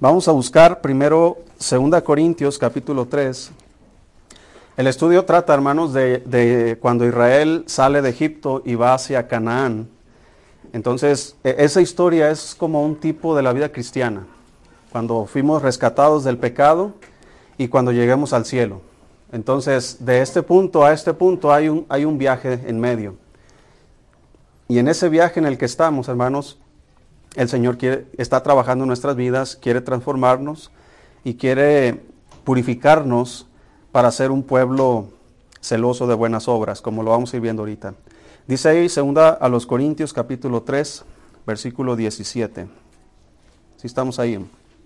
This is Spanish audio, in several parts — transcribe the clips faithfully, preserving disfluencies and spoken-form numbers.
Vamos a buscar primero segunda Corintios capítulo tres. El estudio trata, hermanos, de, de cuando Israel sale de Egipto y va hacia Canaán. Entonces, esa historia es como un tipo de la vida cristiana, cuando fuimos rescatados del pecado y cuando lleguemos al cielo. Entonces, de este punto a este punto hay un, hay un viaje en medio. Y en ese viaje en el que estamos, hermanos, el Señor quiere, está trabajando en nuestras vidas, quiere transformarnos y quiere purificarnos para ser un pueblo celoso de buenas obras, como lo vamos a ir viendo ahorita. Dice ahí, segunda a los Corintios, capítulo tres, versículo diecisiete. ¿Sí estamos ahí?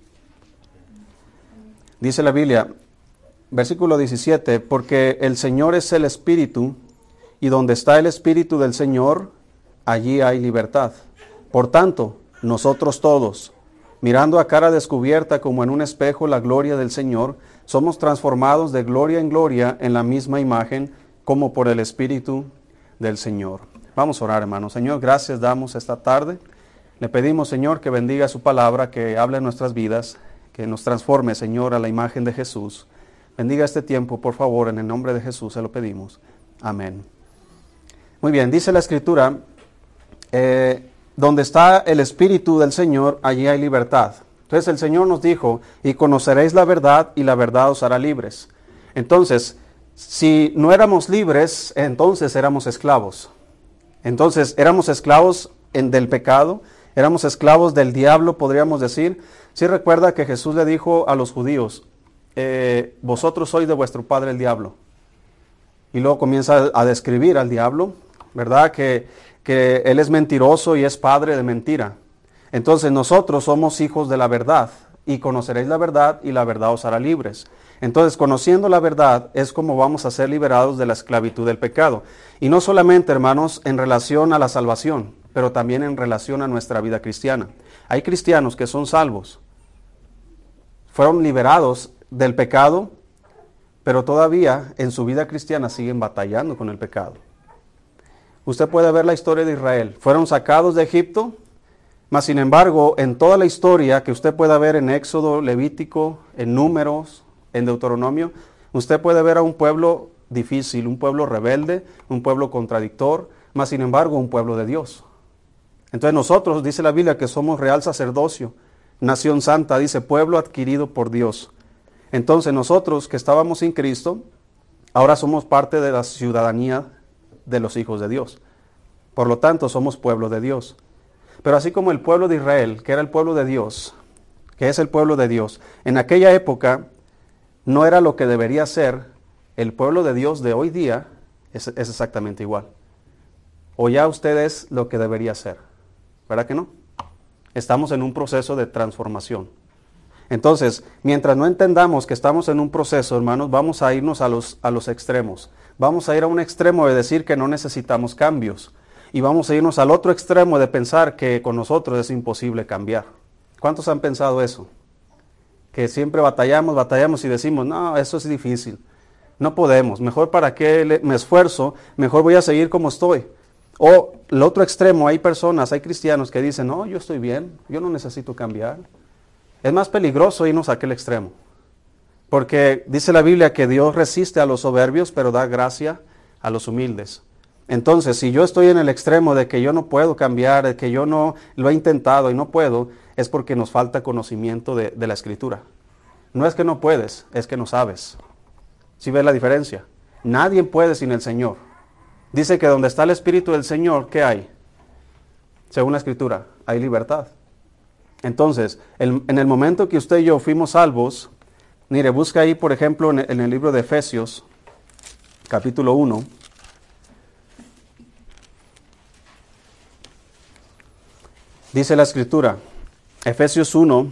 Dice la Biblia, versículo diecisiete, porque el Señor es el Espíritu, y donde está el Espíritu del Señor, allí hay libertad. Por tanto, nosotros todos, mirando a cara descubierta como en un espejo la gloria del Señor, somos transformados de gloria en gloria en la misma imagen, como por el Espíritu del Señor. Vamos a orar, hermanos. Señor, gracias damos esta tarde. Le pedimos, Señor, que bendiga su palabra, que hable en nuestras vidas, que nos transforme, Señor, a la imagen de Jesús. Bendiga este tiempo, por favor, en el nombre de Jesús se lo pedimos. Amén. Muy bien, dice la Escritura, eh, donde está el Espíritu del Señor, allí hay libertad. Entonces el Señor nos dijo, y conoceréis la verdad, y la verdad os hará libres. Entonces, si no éramos libres, entonces éramos esclavos. Entonces, éramos esclavos en, del pecado, éramos esclavos del diablo, podríamos decir. Sí recuerda que Jesús le dijo a los judíos, eh, vosotros sois de vuestro padre el diablo. Y luego comienza a describir al diablo, ¿verdad? Que, que él es mentiroso y es padre de mentira. Entonces nosotros somos hijos de la verdad, y conoceréis la verdad, y la verdad os hará libres. Entonces, conociendo la verdad es como vamos a ser liberados de la esclavitud del pecado. Y no solamente, hermanos, en relación a la salvación, pero también en relación a nuestra vida cristiana. Hay cristianos que son salvos, fueron liberados del pecado, pero todavía en su vida cristiana siguen batallando con el pecado. Usted puede ver la historia de Israel. Fueron sacados de Egipto, mas sin embargo, en toda la historia que usted pueda ver en Éxodo, Levítico, en Números, en Deuteronomio, usted puede ver a un pueblo difícil, un pueblo rebelde, un pueblo contradictor, mas sin embargo un pueblo de Dios. Entonces nosotros, dice la Biblia, que somos real sacerdocio, nación santa, dice pueblo adquirido por Dios. Entonces nosotros que estábamos sin Cristo, ahora somos parte de la ciudadanía de los hijos de Dios. Por lo tanto, somos pueblo de Dios. Pero así como el pueblo de Israel, que era el pueblo de Dios, que es el pueblo de Dios, en aquella época no era lo que debería ser, el pueblo de Dios de hoy día es, es exactamente igual. O ya usted es lo que debería ser. ¿Verdad que no? Estamos en un proceso de transformación. Entonces, mientras no entendamos que estamos en un proceso, hermanos, vamos a irnos a los, a los extremos. Vamos a ir a un extremo de decir que no necesitamos cambios. Y vamos a irnos al otro extremo de pensar que con nosotros es imposible cambiar. ¿Cuántos han pensado eso? Que siempre batallamos, batallamos y decimos, no, eso es difícil. No podemos. Mejor para qué me esfuerzo, mejor voy a seguir como estoy. O el otro extremo, hay personas, hay cristianos que dicen, no, yo estoy bien, yo no necesito cambiar. Es más peligroso irnos a aquel extremo. Porque dice la Biblia que Dios resiste a los soberbios, pero da gracia a los humildes. Entonces, si yo estoy en el extremo de que yo no puedo cambiar, de que yo no lo he intentado y no puedo, es porque nos falta conocimiento de, de la Escritura. No es que no puedes, es que no sabes. ¿Sí ves la diferencia? Nadie puede sin el Señor. Dice que donde está el Espíritu del Señor, ¿qué hay? Según la Escritura, hay libertad. Entonces, el, en el momento que usted y yo fuimos salvos, mire, busca ahí, por ejemplo, en, en el libro de Efesios, capítulo uno. Dice la Escritura, Efesios uno,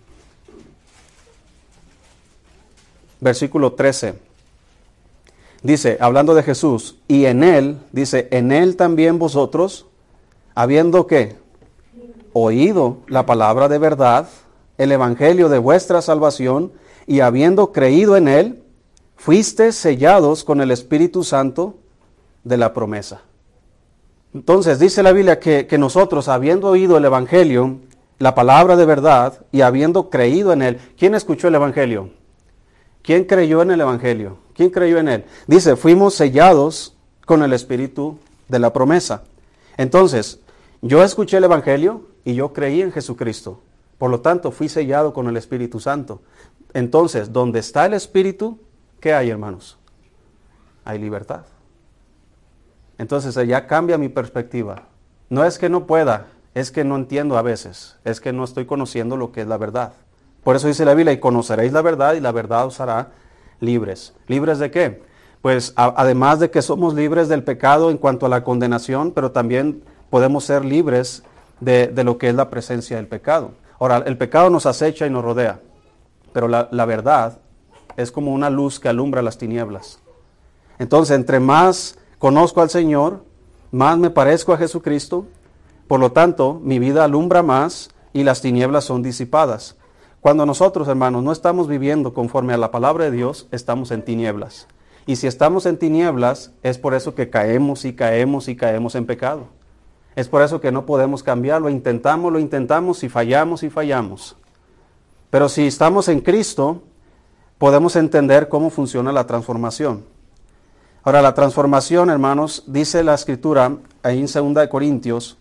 versículo trece. Dice, hablando de Jesús, y en Él, dice, en Él también vosotros, habiendo ¿qué? Oído la palabra de verdad, el evangelio de vuestra salvación, y habiendo creído en Él, fuisteis sellados con el Espíritu Santo de la promesa. Entonces, dice la Biblia que, que nosotros, habiendo oído el evangelio, la palabra de verdad y habiendo creído en él. ¿Quién escuchó el evangelio? ¿Quién creyó en el evangelio? ¿Quién creyó en él? Dice, fuimos sellados con el espíritu de la promesa. Entonces, yo escuché el evangelio y yo creí en Jesucristo. Por lo tanto, fui sellado con el Espíritu Santo. Entonces, donde está el Espíritu, ¿qué hay, hermanos? Hay libertad. Entonces, ya cambia mi perspectiva. No es que no pueda, es que no entiendo a veces. Es que no estoy conociendo lo que es la verdad. Por eso dice la Biblia, y conoceréis la verdad, y la verdad os hará libres. ¿Libres de qué? Pues a, además de que somos libres del pecado en cuanto a la condenación, pero también podemos ser libres de, de lo que es la presencia del pecado. Ahora, el pecado nos acecha y nos rodea, pero la, la verdad es como una luz que alumbra las tinieblas. Entonces, entre más conozco al Señor, más me parezco a Jesucristo, por lo tanto, mi vida alumbra más y las tinieblas son disipadas. Cuando nosotros, hermanos, no estamos viviendo conforme a la palabra de Dios, estamos en tinieblas. Y si estamos en tinieblas, es por eso que caemos y caemos y caemos en pecado. Es por eso que no podemos cambiarlo, intentamos, lo intentamos y fallamos y fallamos. Pero si estamos en Cristo, podemos entender cómo funciona la transformación. Ahora, la transformación, hermanos, dice la Escritura, ahí en segunda de Corintios,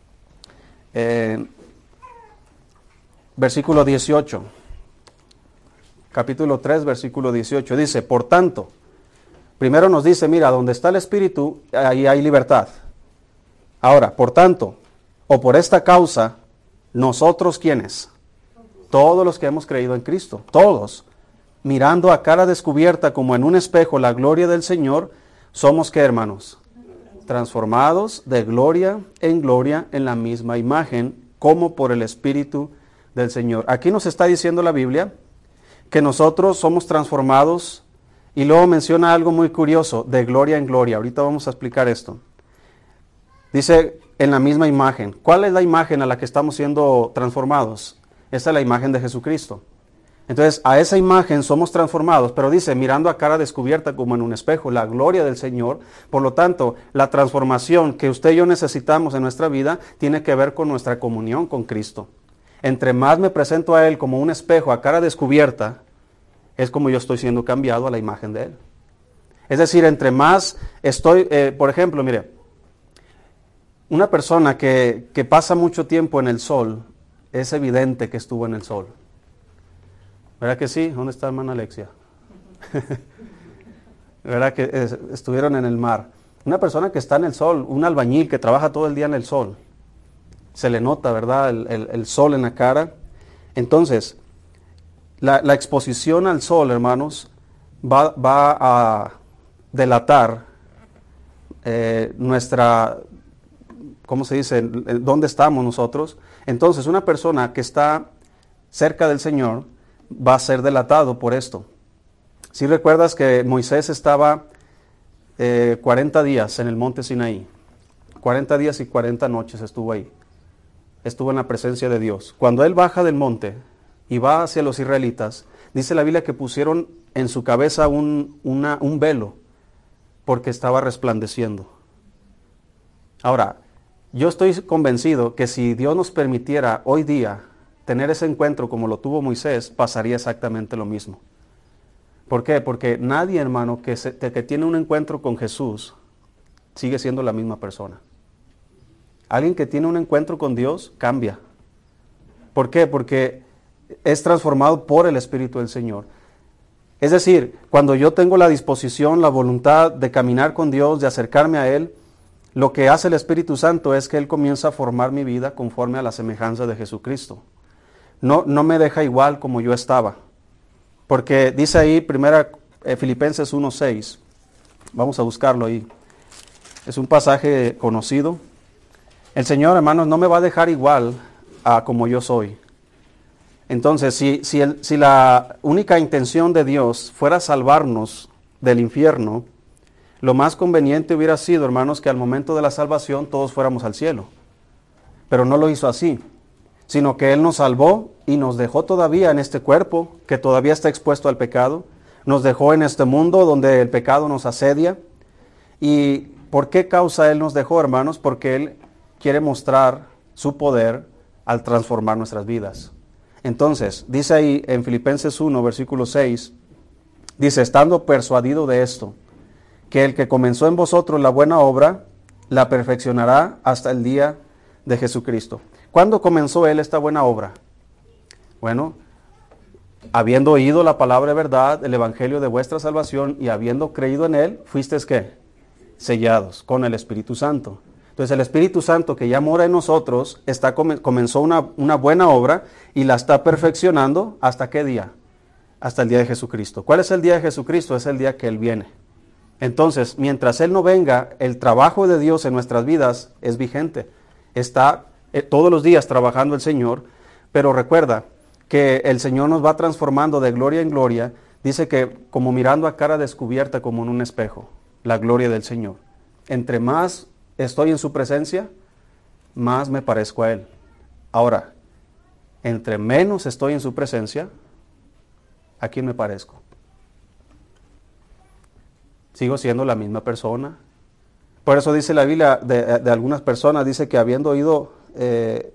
eh, versículo dieciocho, capítulo tres, versículo dieciocho, dice, por tanto, primero nos dice, mira, donde está el Espíritu, ahí hay libertad. Ahora, por tanto, o por esta causa, nosotros, ¿quiénes? Todos los que hemos creído en Cristo, todos, mirando a cara descubierta como en un espejo la gloria del Señor, somos, ¿qué, hermanos? Transformados de gloria en gloria en la misma imagen, como por el Espíritu del Señor. Aquí nos está diciendo la Biblia que nosotros somos transformados, y luego menciona algo muy curioso, de gloria en gloria. Ahorita vamos a explicar esto. Dice, en la misma imagen. ¿Cuál es la imagen a la que estamos siendo transformados? Esa es la imagen de Jesucristo. Entonces, a esa imagen somos transformados, pero dice, mirando a cara descubierta como en un espejo, la gloria del Señor. Por lo tanto, la transformación que usted y yo necesitamos en nuestra vida tiene que ver con nuestra comunión con Cristo. Entre más me presento a Él como un espejo a cara descubierta, es como yo estoy siendo cambiado a la imagen de Él. Es decir, entre más estoy, eh, por ejemplo, mire, una persona que, que pasa mucho tiempo en el sol, es evidente que estuvo en el sol. ¿Verdad que sí? ¿Dónde está hermana Alexia? ¿Verdad que es, estuvieron en el mar? Una persona que está en el sol, un albañil que trabaja todo el día en el sol, se le nota, ¿verdad? El, el, el sol en la cara. Entonces, la, la exposición al sol, hermanos, va, va a delatar eh, nuestra, ¿cómo se dice? ¿Dónde estamos nosotros? Entonces, una persona que está cerca del Señor va a ser delatado por esto. Si recuerdas que Moisés estaba eh, cuarenta días en el monte Sinaí, cuarenta días y cuarenta noches estuvo ahí, estuvo en la presencia de Dios. Cuando él baja del monte y va hacia los israelitas, dice la Biblia que pusieron en su cabeza un, una, un velo, porque estaba resplandeciendo. Ahora, yo estoy convencido que si Dios nos permitiera hoy día tener ese encuentro como lo tuvo Moisés, pasaría exactamente lo mismo. ¿Por qué? Porque nadie, hermano, que, se, que tiene un encuentro con Jesús, sigue siendo la misma persona. Alguien que tiene un encuentro con Dios, cambia. ¿Por qué? Porque es transformado por el Espíritu del Señor. Es decir, cuando yo tengo la disposición, la voluntad de caminar con Dios, de acercarme a Él, lo que hace el Espíritu Santo es que Él comienza a formar mi vida conforme a la semejanza de Jesucristo. No, no me deja igual como yo estaba. Porque dice ahí, primera, eh, Filipenses uno seis, vamos a buscarlo ahí. Es un pasaje conocido. El Señor, hermanos, no me va a dejar igual a como yo soy. Entonces, si, si, el, si la única intención de Dios fuera salvarnos del infierno, lo más conveniente hubiera sido, hermanos, que al momento de la salvación todos fuéramos al cielo. Pero no lo hizo así, sino que Él nos salvó y nos dejó todavía en este cuerpo que todavía está expuesto al pecado. Nos dejó en este mundo donde el pecado nos asedia. ¿Y por qué causa Él nos dejó, hermanos? Porque Él quiere mostrar su poder al transformar nuestras vidas. Entonces, dice ahí en Filipenses uno, versículo seis, dice, estando persuadido de esto, que el que comenzó en vosotros la buena obra, la perfeccionará hasta el día de Jesucristo. ¿Cuándo comenzó él esta buena obra? Bueno, habiendo oído la palabra de verdad, el evangelio de vuestra salvación, y habiendo creído en él, fuisteis ¿qué? Sellados con el Espíritu Santo. Entonces el Espíritu Santo que ya mora en nosotros, está, comenzó una, una buena obra y la está perfeccionando. ¿Hasta qué día? Hasta el día de Jesucristo. ¿Cuál es el día de Jesucristo? Es el día que Él viene. Entonces, mientras Él no venga, el trabajo de Dios en nuestras vidas es vigente. Está eh, todos los días trabajando el Señor, pero recuerda que el Señor nos va transformando de gloria en gloria. Dice que como mirando a cara descubierta como en un espejo, la gloria del Señor. Entre más estoy en su presencia, más me parezco a Él. Ahora, entre menos estoy en su presencia, ¿a quién me parezco? Sigo siendo la misma persona. Por eso dice la Biblia de, de algunas personas, dice que habiendo oído, eh,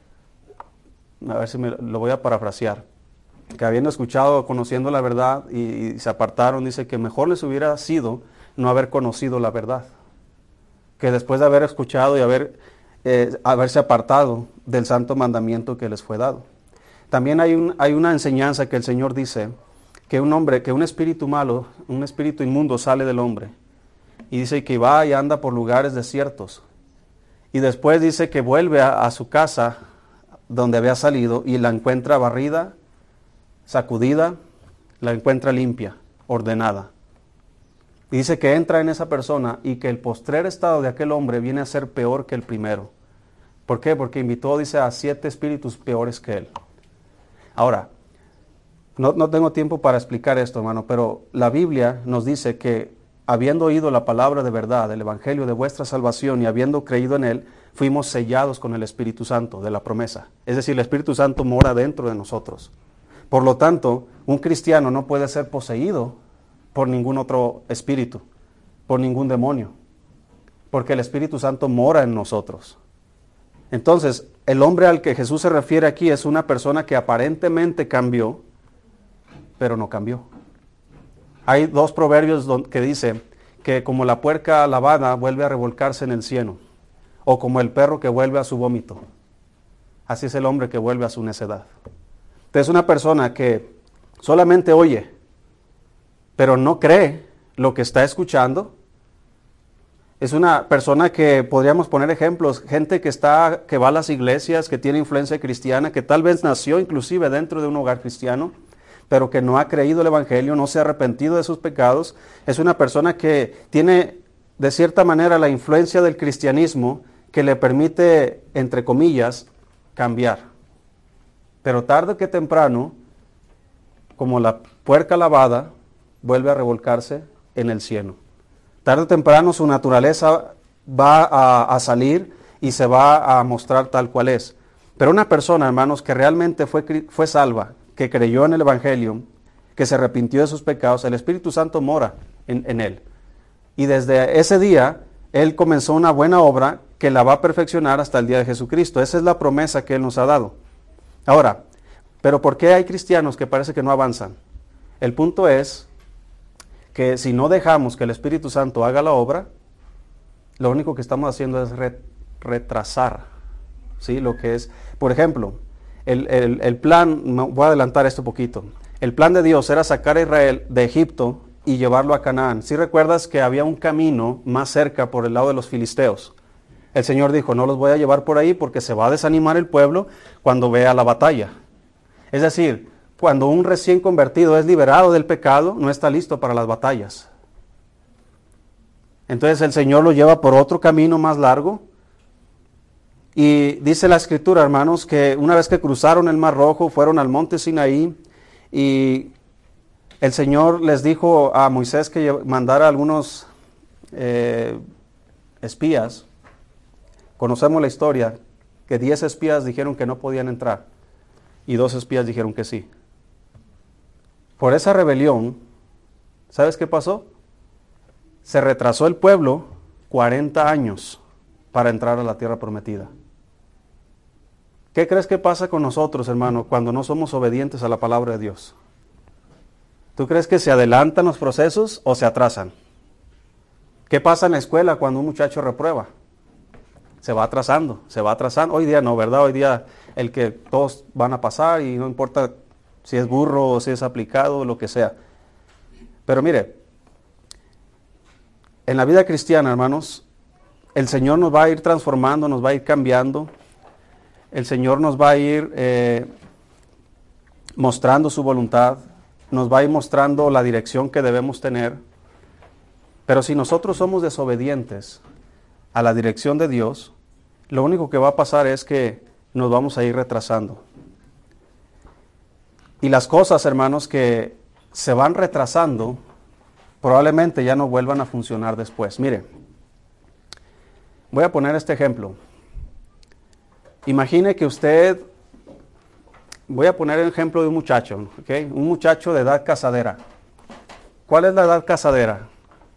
a ver si me, lo voy a parafrasear, que habiendo escuchado, conociendo la verdad y, y se apartaron, dice que mejor les hubiera sido no haber conocido la verdad, que después de haber escuchado y haber, eh, haberse apartado del santo mandamiento que les fue dado. También hay, un, hay una enseñanza que el Señor dice, que un hombre, que un espíritu malo, un espíritu inmundo sale del hombre, y dice que va y anda por lugares desiertos, y después dice que vuelve a, a su casa donde había salido, y la encuentra barrida, sacudida, la encuentra limpia, ordenada. Y dice que entra en esa persona y que el postrer estado de aquel hombre viene a ser peor que el primero. ¿Por qué? Porque invitó, dice, a siete espíritus peores que él. Ahora, no, no tengo tiempo para explicar esto, hermano, pero la Biblia nos dice que habiendo oído la palabra de verdad, el evangelio de vuestra salvación y habiendo creído en él, fuimos sellados con el Espíritu Santo de la promesa. Es decir, el Espíritu Santo mora dentro de nosotros. Por lo tanto, un cristiano no puede ser poseído por ningún otro espíritu, por ningún demonio, porque el Espíritu Santo mora en nosotros. Entonces, el hombre al que Jesús se refiere aquí es una persona que aparentemente cambió, pero no cambió. Hay dos proverbios que dicen que como la puerca lavada vuelve a revolcarse en el cieno, o como el perro que vuelve a su vómito. Así es el hombre que vuelve a su necedad. Entonces, una persona que solamente oye, pero no cree lo que está escuchando, es una persona que podríamos poner ejemplos, gente que está, que va a las iglesias, que tiene influencia cristiana, que tal vez nació inclusive dentro de un hogar cristiano, pero que no ha creído el evangelio, no se ha arrepentido de sus pecados. Es una persona que tiene de cierta manera la influencia del cristianismo que le permite, entre comillas, cambiar. Pero tarde que temprano, como la puerca lavada, vuelve a revolcarse en el cieno. Tarde o temprano su naturaleza va a, a salir y se va a mostrar tal cual es. Pero una persona, hermanos, que realmente fue, fue salva, que creyó en el evangelio, que se arrepintió de sus pecados, el Espíritu Santo mora en, en él. Y desde ese día, él comenzó una buena obra que la va a perfeccionar hasta el día de Jesucristo. Esa es la promesa que él nos ha dado. Ahora, ¿pero por qué hay cristianos que parece que no avanzan? El punto es que si no dejamos que el Espíritu Santo haga la obra, lo único que estamos haciendo es re, retrasar, ¿sí? Lo que es, por ejemplo, el, el, el plan, voy a adelantar esto un poquito, el plan de Dios era sacar a Israel de Egipto y llevarlo a Canaán. Si recuerdas que había un camino más cerca por el lado de los filisteos, el Señor dijo, no los voy a llevar por ahí porque se va a desanimar el pueblo cuando vea la batalla. Es decir, cuando un recién convertido es liberado del pecado, no está listo para las batallas. Entonces el Señor lo lleva por otro camino más largo. Y dice la Escritura, hermanos, que una vez que cruzaron el Mar Rojo, fueron al monte Sinaí, y el Señor les dijo a Moisés que mandara algunos eh, espías. Conocemos la historia, que diez espías dijeron que no podían entrar, y dos espías dijeron que sí. Por esa rebelión, ¿sabes qué pasó? Se retrasó el pueblo cuarenta años para entrar a la tierra prometida. ¿Qué crees que pasa con nosotros, hermano, cuando no somos obedientes a la palabra de Dios? ¿Tú crees que se adelantan los procesos o se atrasan? ¿Qué pasa en la escuela cuando un muchacho reprueba? Se va atrasando, se va atrasando. Hoy día no, ¿verdad? Hoy día el que todos van a pasar y no importa si es burro o si es aplicado o lo que sea. Pero mire, en la vida cristiana, hermanos, el Señor nos va a ir transformando, nos va a ir cambiando. El Señor nos va a ir eh, mostrando su voluntad, nos va a ir mostrando la dirección que debemos tener. Pero si nosotros somos desobedientes a la dirección de Dios, lo único que va a pasar es que nos vamos a ir retrasando. Y las cosas, hermanos, que se van retrasando, probablemente ya no vuelvan a funcionar después. Mire, voy a poner este ejemplo. Imagine que usted, voy a poner el ejemplo de un muchacho, ¿ok? Un muchacho de edad casadera. ¿Cuál es la edad casadera?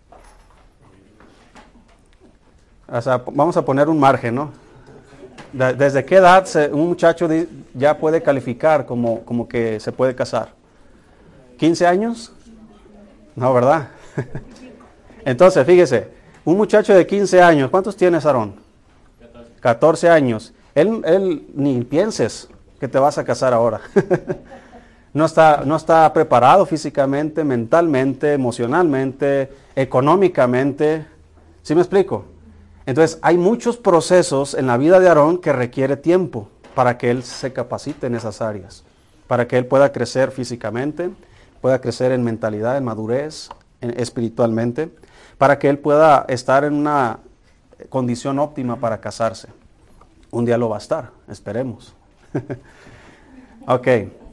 O sea, vamos a poner un margen, ¿no? ¿Desde qué edad se, un muchacho ya puede calificar como, como que se puede casar? ¿quince años? No, ¿verdad? Entonces, fíjese, un muchacho de quince años, ¿cuántos tienes, Aarón? catorce años. Él, él ni pienses que te vas a casar ahora. No está, no está preparado físicamente, mentalmente, emocionalmente, económicamente. ¿Sí me explico? Entonces, hay muchos procesos en la vida de Aarón que requiere tiempo para que él se capacite en esas áreas, para que él pueda crecer físicamente, pueda crecer en mentalidad, en madurez, en, espiritualmente, para que él pueda estar en una condición óptima para casarse. Un día lo va a estar, esperemos. Ok.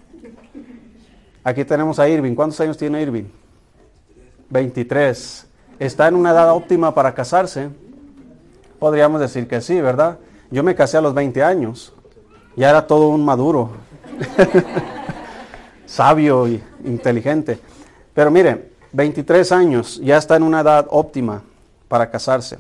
Aquí tenemos a Irving. ¿Cuántos años tiene Irving? veintitrés. ¿Está en una edad óptima para casarse? Podríamos decir que sí, ¿verdad? Yo me casé a los veinte años. Ya era todo un maduro. Sabio y inteligente. Pero mire, veintitrés años, ya está en una edad óptima para casarse.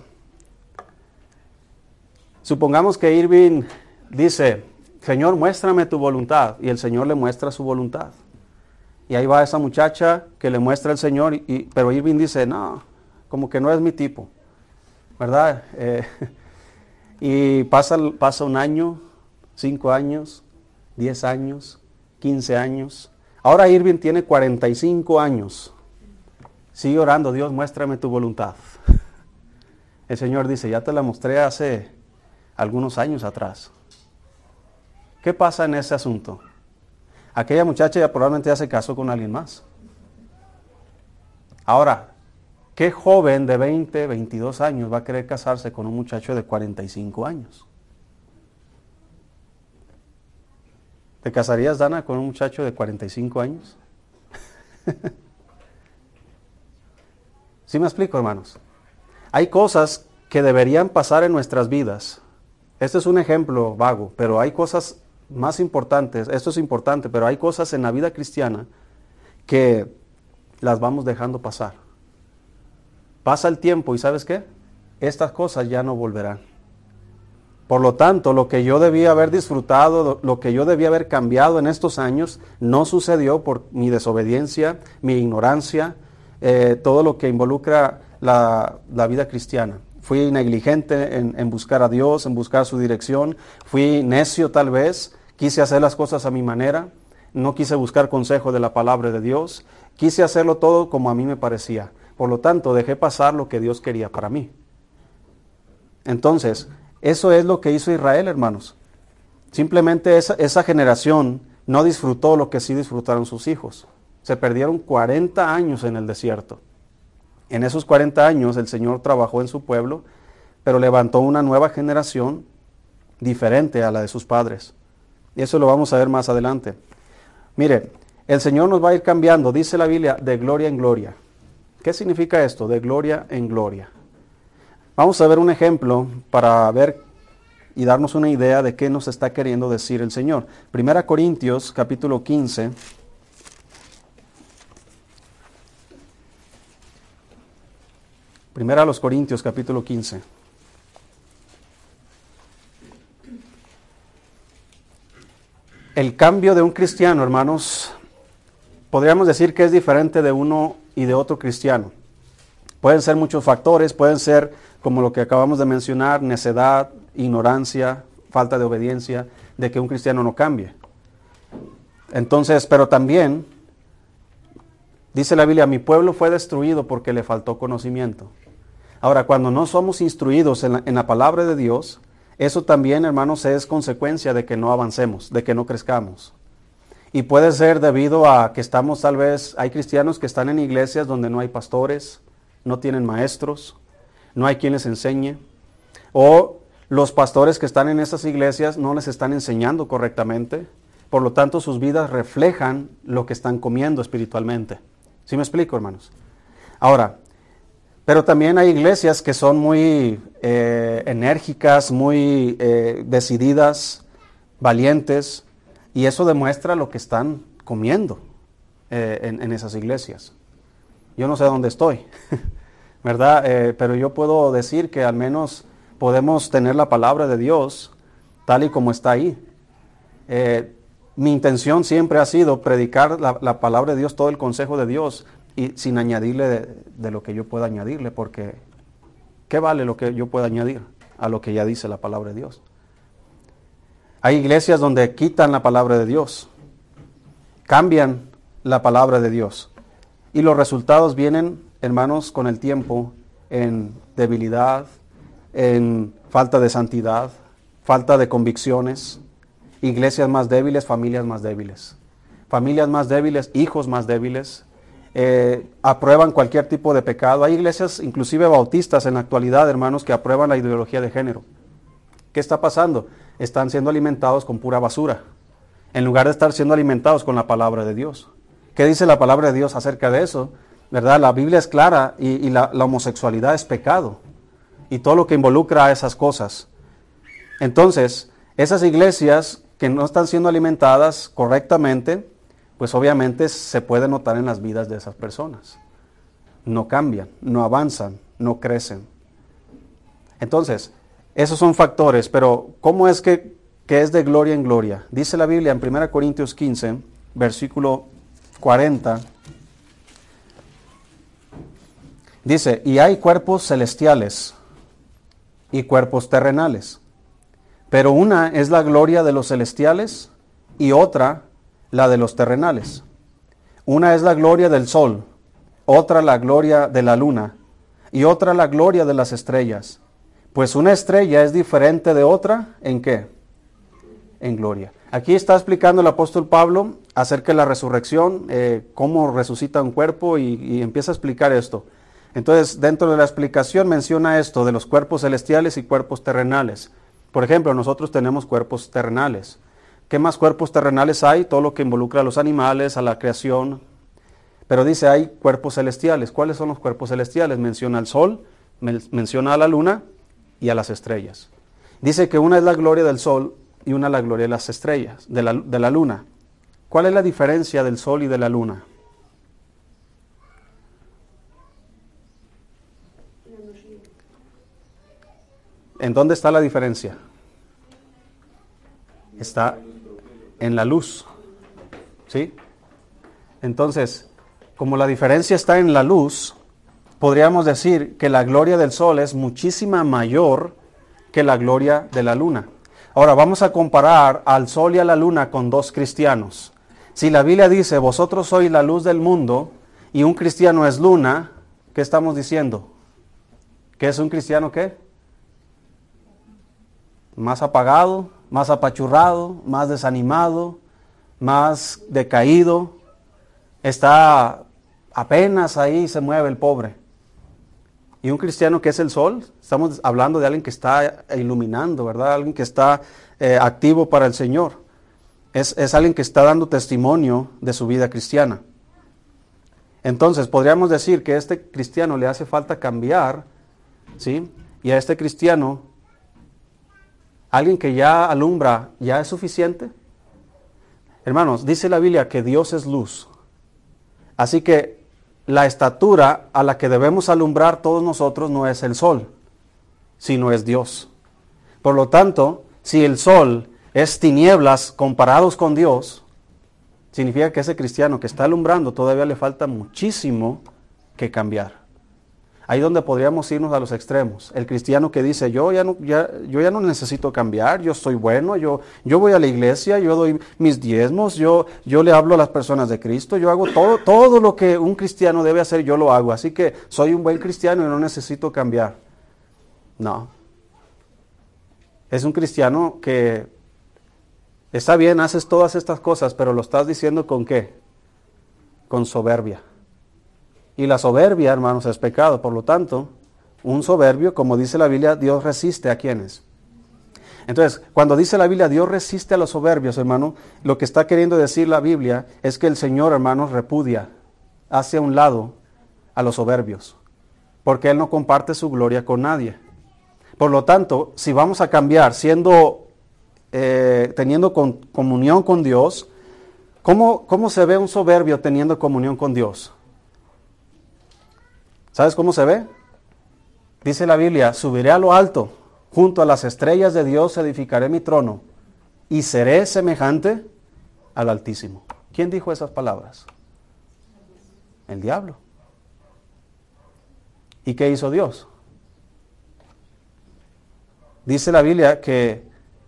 Supongamos que Irving dice, Señor, muéstrame tu voluntad. Y el Señor le muestra su voluntad. Y ahí va esa muchacha que le muestra el Señor, y, y, pero Irving dice, no, como que no es mi tipo, ¿verdad? Eh, y pasa, pasa un año, cinco años, diez años, quince años. Ahora Irving tiene cuarenta y cinco años. Sigue orando, Dios, muéstrame tu voluntad. El Señor dice, ya te la mostré hace algunos años atrás. ¿Qué pasa en ese asunto? Aquella muchacha ya probablemente ya se casó con alguien más. Ahora, ¿qué joven de veinte, veintidós años va a querer casarse con un muchacho de cuarenta y cinco años? ¿Te casarías, Dana, con un muchacho de cuarenta y cinco años? ¿Sí me explico, hermanos? Hay cosas que deberían pasar en nuestras vidas. Este es un ejemplo vago, pero hay cosas más importantes, esto es importante, pero hay cosas en la vida cristiana que las vamos dejando pasar. Pasa el tiempo y ¿sabes qué? Estas cosas ya no volverán. Por lo tanto, lo que yo debía haber disfrutado, lo que yo debía haber cambiado en estos años, no sucedió por mi desobediencia, mi ignorancia, eh, todo lo que involucra la, la vida cristiana. Fui negligente en, en buscar a Dios, en buscar su dirección. Fui necio tal vez. Quise hacer las cosas a mi manera. No quise buscar consejo de la palabra de Dios. Quise hacerlo todo como a mí me parecía. Por lo tanto, dejé pasar lo que Dios quería para mí. Entonces, eso es lo que hizo Israel, hermanos. Simplemente esa, esa generación no disfrutó lo que sí disfrutaron sus hijos. Se perdieron cuarenta años en el desierto. En esos cuarenta años el Señor trabajó en su pueblo, pero levantó una nueva generación diferente a la de sus padres. Y eso lo vamos a ver más adelante. Mire, el Señor nos va a ir cambiando, dice la Biblia, de gloria en gloria. ¿Qué significa esto? De gloria en gloria. Vamos a ver un ejemplo para ver y darnos una idea de qué nos está queriendo decir el Señor. Primera Corintios, capítulo quince. Primera a los Corintios, capítulo quince. el cambio de un cristiano, hermanos, podríamos decir que es diferente de uno y de otro cristiano. Pueden ser muchos factores, pueden ser como lo que acabamos de mencionar, necedad, ignorancia, falta de obediencia, de que un cristiano no cambie. Entonces, pero también, dice la Biblia, mi pueblo fue destruido porque le faltó conocimiento. Ahora, cuando no somos instruidos en la, en la palabra de Dios, eso también, hermanos, es consecuencia de que no avancemos, de que no crezcamos. Y puede ser debido a que estamos tal vez, hay cristianos que están en iglesias donde no hay pastores, no tienen maestros, no hay quien les enseñe, o los pastores que están en esas iglesias no les están enseñando correctamente, por lo tanto sus vidas reflejan lo que están comiendo espiritualmente. ¿Sí me explico, hermanos? Ahora, pero también hay iglesias que son muy eh, enérgicas, muy eh, decididas, valientes, y eso demuestra lo que están comiendo eh, en, en esas iglesias. Yo no sé dónde estoy, ¿verdad? Eh, pero yo puedo decir que al menos podemos tener la palabra de Dios tal y como está ahí. Eh, mi intención siempre ha sido predicar la, la palabra de Dios, todo el consejo de Dios, y sin añadirle de, de lo que yo pueda añadirle, porque ¿qué vale lo que yo pueda añadir a lo que ya dice la palabra de Dios? Hay iglesias donde quitan la palabra de Dios, cambian la palabra de Dios, y los resultados vienen, hermanos, con el tiempo, en debilidad, en falta de santidad, falta de convicciones, iglesias más débiles, familias más débiles. Familias más débiles, hijos más débiles, eh, aprueban cualquier tipo de pecado. Hay iglesias, inclusive bautistas en la actualidad, hermanos, que aprueban la ideología de género. ¿Qué está pasando? Están siendo alimentados con pura basura, en lugar de estar siendo alimentados con la palabra de Dios. ¿Qué dice la palabra de Dios acerca de eso? ¿Verdad? La Biblia es clara y, y la, la homosexualidad es pecado. Y todo lo que involucra a esas cosas. Entonces, esas iglesias que no están siendo alimentadas correctamente, pues obviamente se puede notar en las vidas de esas personas. No cambian, no avanzan, no crecen. Entonces, esos son factores, pero ¿cómo es que, que es de gloria en gloria? Dice la Biblia en primera Corintios quince, versículo cuarenta, dice, y hay cuerpos celestiales y cuerpos terrenales, pero una es la gloria de los celestiales y otra la de los terrenales. Una es la gloria del sol, otra la gloria de la luna y otra la gloria de las estrellas. Pues una estrella es diferente de otra, ¿en qué? En gloria. Aquí está explicando el apóstol Pablo acerca de la resurrección, eh, cómo resucita un cuerpo y, y empieza a explicar esto. Entonces, dentro de la explicación menciona esto de los cuerpos celestiales y cuerpos terrenales. Por ejemplo, nosotros tenemos cuerpos terrenales. ¿Qué más cuerpos terrenales hay? Todo lo que involucra a los animales, a la creación. Pero dice, hay cuerpos celestiales. ¿Cuáles son los cuerpos celestiales? Menciona al sol, men- menciona a la luna y a las estrellas. Dice que una es la gloria del sol y una la gloria de las estrellas, de la, de la luna. ¿Cuál es la diferencia del sol y de la luna? ¿En dónde está la diferencia? Está en la luz, ¿sí? Entonces, como la diferencia está en la luz, podríamos decir que la gloria del sol es muchísima mayor que la gloria de la luna. Ahora, vamos a comparar al sol y a la luna con dos cristianos. Si la Biblia dice, vosotros sois la luz del mundo, y un cristiano es luna, ¿qué estamos diciendo? ¿Qué es un cristiano qué? Más apagado, más apachurrado, más desanimado, más decaído. Está apenas ahí, se mueve el pobre. Y un cristiano que es el sol, estamos hablando de alguien que está iluminando, ¿verdad? Alguien que está eh, activo para el Señor. Es, es alguien que está dando testimonio de su vida cristiana. Entonces, podríamos decir que a este cristiano le hace falta cambiar, ¿sí? Y a este cristiano, alguien que ya alumbra, ¿ya es suficiente? Hermanos, dice la Biblia que Dios es luz. Así que la estatura a la que debemos alumbrar todos nosotros no es el sol, sino es Dios. Por lo tanto, si el sol es tinieblas comparados con Dios, significa que ese cristiano que está alumbrando todavía le falta muchísimo que cambiar. Ahí donde podríamos irnos a los extremos. El cristiano que dice, yo ya no, ya, yo ya no necesito cambiar, yo soy bueno, yo, yo voy a la iglesia, yo doy mis diezmos, yo, yo le hablo a las personas de Cristo, yo hago todo, todo lo que un cristiano debe hacer, yo lo hago. Así que soy un buen cristiano y no necesito cambiar. No. Es un cristiano que está bien, haces todas estas cosas, pero lo estás diciendo ¿con qué? Con soberbia. Y la soberbia, hermanos, es pecado. Por lo tanto, un soberbio, como dice la Biblia, Dios resiste a quienes. Entonces, cuando dice la Biblia, Dios resiste a los soberbios, hermano, lo que está queriendo decir la Biblia es que el Señor, hermanos, repudia, hace a un lado a los soberbios, porque Él no comparte su gloria con nadie. Por lo tanto, si vamos a cambiar siendo, eh, teniendo con, comunión con Dios, ¿cómo, ¿cómo se ve un soberbio teniendo comunión con Dios? ¿Sabes cómo se ve? Dice la Biblia, subiré a lo alto, junto a las estrellas de Dios edificaré mi trono, y seré semejante al Altísimo. ¿Quién dijo esas palabras? El diablo. ¿Y qué hizo Dios? Dice la Biblia que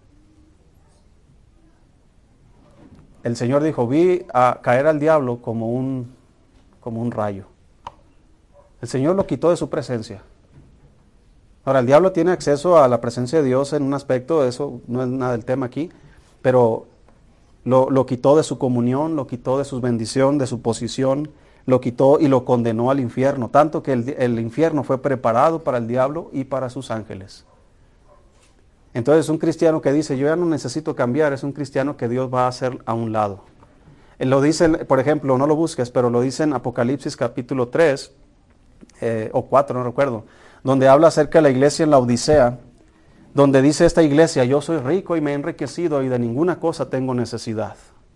el Señor dijo, vi a caer al diablo como un, como un rayo. El Señor lo quitó de su presencia. Ahora, el diablo tiene acceso a la presencia de Dios en un aspecto, eso no es nada del tema aquí, pero lo, lo quitó de su comunión, lo quitó de su bendición, de su posición, lo quitó y lo condenó al infierno, tanto que el, el infierno fue preparado para el diablo y para sus ángeles. Entonces, un cristiano que dice, yo ya no necesito cambiar, es un cristiano que Dios va a hacer a un lado. Él lo dice, por ejemplo, no lo busques, pero lo dice en Apocalipsis capítulo tres, Eh, o cuatro, no recuerdo, donde habla acerca de la iglesia en la Odisea, donde dice esta iglesia, yo soy rico y me he enriquecido y de ninguna cosa tengo necesidad.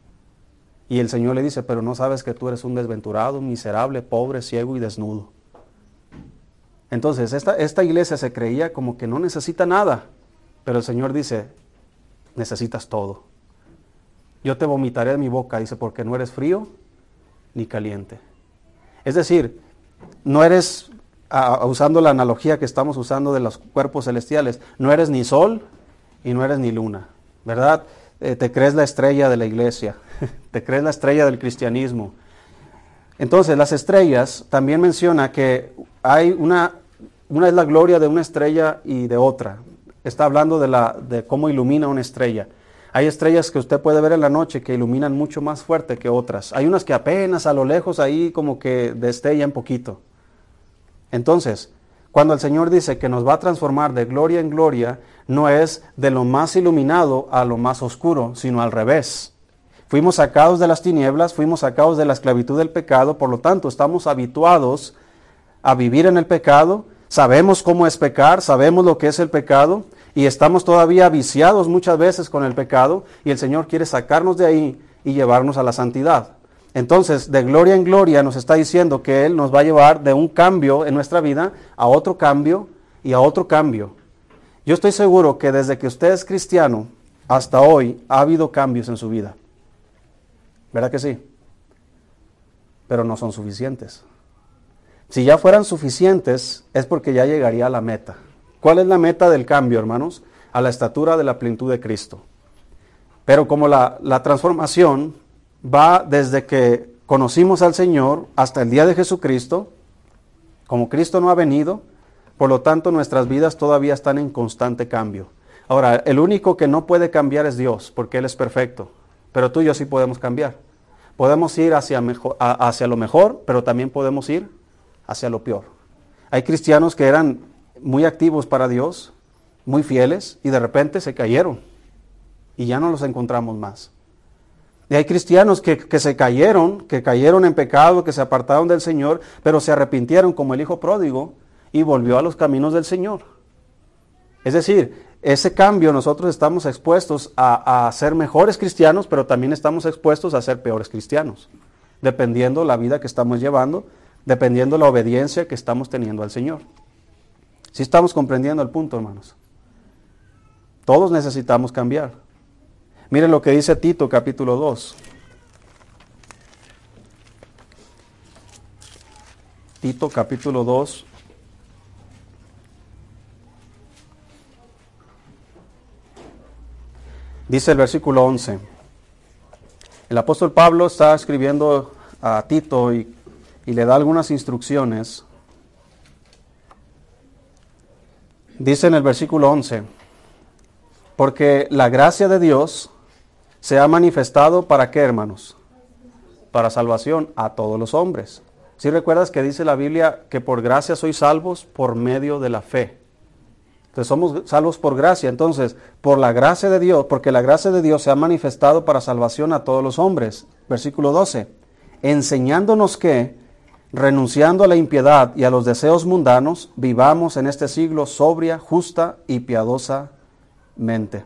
Y el Señor le dice, pero no sabes que tú eres un desventurado, miserable, pobre, ciego y desnudo. Entonces, esta, esta iglesia se creía como que no necesita nada, pero el Señor dice, necesitas todo. Yo te vomitaré de mi boca, dice, porque no eres frío ni caliente. Es decir, no eres, uh, usando la analogía que estamos usando de los cuerpos celestiales, no eres ni sol y no eres ni luna, ¿verdad? Eh, te crees la estrella de la iglesia, te crees la estrella del cristianismo. Entonces, las estrellas también menciona que hay una, una es la gloria de una estrella y de otra. Está hablando de, la, de cómo ilumina una estrella. Hay estrellas que usted puede ver en la noche que iluminan mucho más fuerte que otras. Hay unas que apenas a lo lejos ahí como que destellan poquito. Entonces, cuando el Señor dice que nos va a transformar de gloria en gloria, no es de lo más iluminado a lo más oscuro, sino al revés. Fuimos sacados de las tinieblas, fuimos sacados de la esclavitud del pecado, por lo tanto estamos habituados a vivir en el pecado, sabemos cómo es pecar, sabemos lo que es el pecado, y estamos todavía viciados muchas veces con el pecado, y el Señor quiere sacarnos de ahí y llevarnos a la santidad. Entonces, de gloria en gloria nos está diciendo que Él nos va a llevar de un cambio en nuestra vida a otro cambio y a otro cambio. Yo estoy seguro que desde que usted es cristiano hasta hoy ha habido cambios en su vida. ¿Verdad que sí? Pero no son suficientes. Si ya fueran suficientes, es porque ya llegaría a la meta. ¿Cuál es la meta del cambio, hermanos? A la estatura de la plenitud de Cristo. Pero como la, la transformación va desde que conocimos al Señor hasta el día de Jesucristo, como Cristo no ha venido, por lo tanto nuestras vidas todavía están en constante cambio. Ahora, el único que no puede cambiar es Dios, porque Él es perfecto. Pero tú y yo sí podemos cambiar. Podemos ir hacia, mejor, a, hacia lo mejor, pero también podemos ir hacia lo peor. Hay cristianos que eran muy activos para Dios, muy fieles, y de repente se cayeron y ya no los encontramos más. Y hay cristianos que, que se cayeron, que cayeron en pecado, que se apartaron del Señor, pero se arrepintieron como el hijo pródigo y volvió a los caminos del Señor. Es decir, ese cambio nosotros estamos expuestos a, a ser mejores cristianos, pero también estamos expuestos a ser peores cristianos, dependiendo la vida que estamos llevando, dependiendo la obediencia que estamos teniendo al Señor. ¿Sí estamos comprendiendo el punto, hermanos? Todos necesitamos cambiar. Miren lo que dice Tito capítulo dos. Tito capítulo dos. Dice el versículo once. El apóstol Pablo está escribiendo a Tito y, y le da algunas instrucciones. Dice en el versículo once, porque la gracia de Dios se ha manifestado ¿para qué, hermanos? Para salvación a todos los hombres. ¿Sí recuerdas que dice la Biblia que por gracia sois salvos por medio de la fe? Entonces somos salvos por gracia. Entonces, por la gracia de Dios, porque la gracia de Dios se ha manifestado para salvación a todos los hombres. Versículo doce. Enseñándonos que, renunciando a la impiedad y a los deseos mundanos, vivamos en este siglo sobria, justa y piadosamente.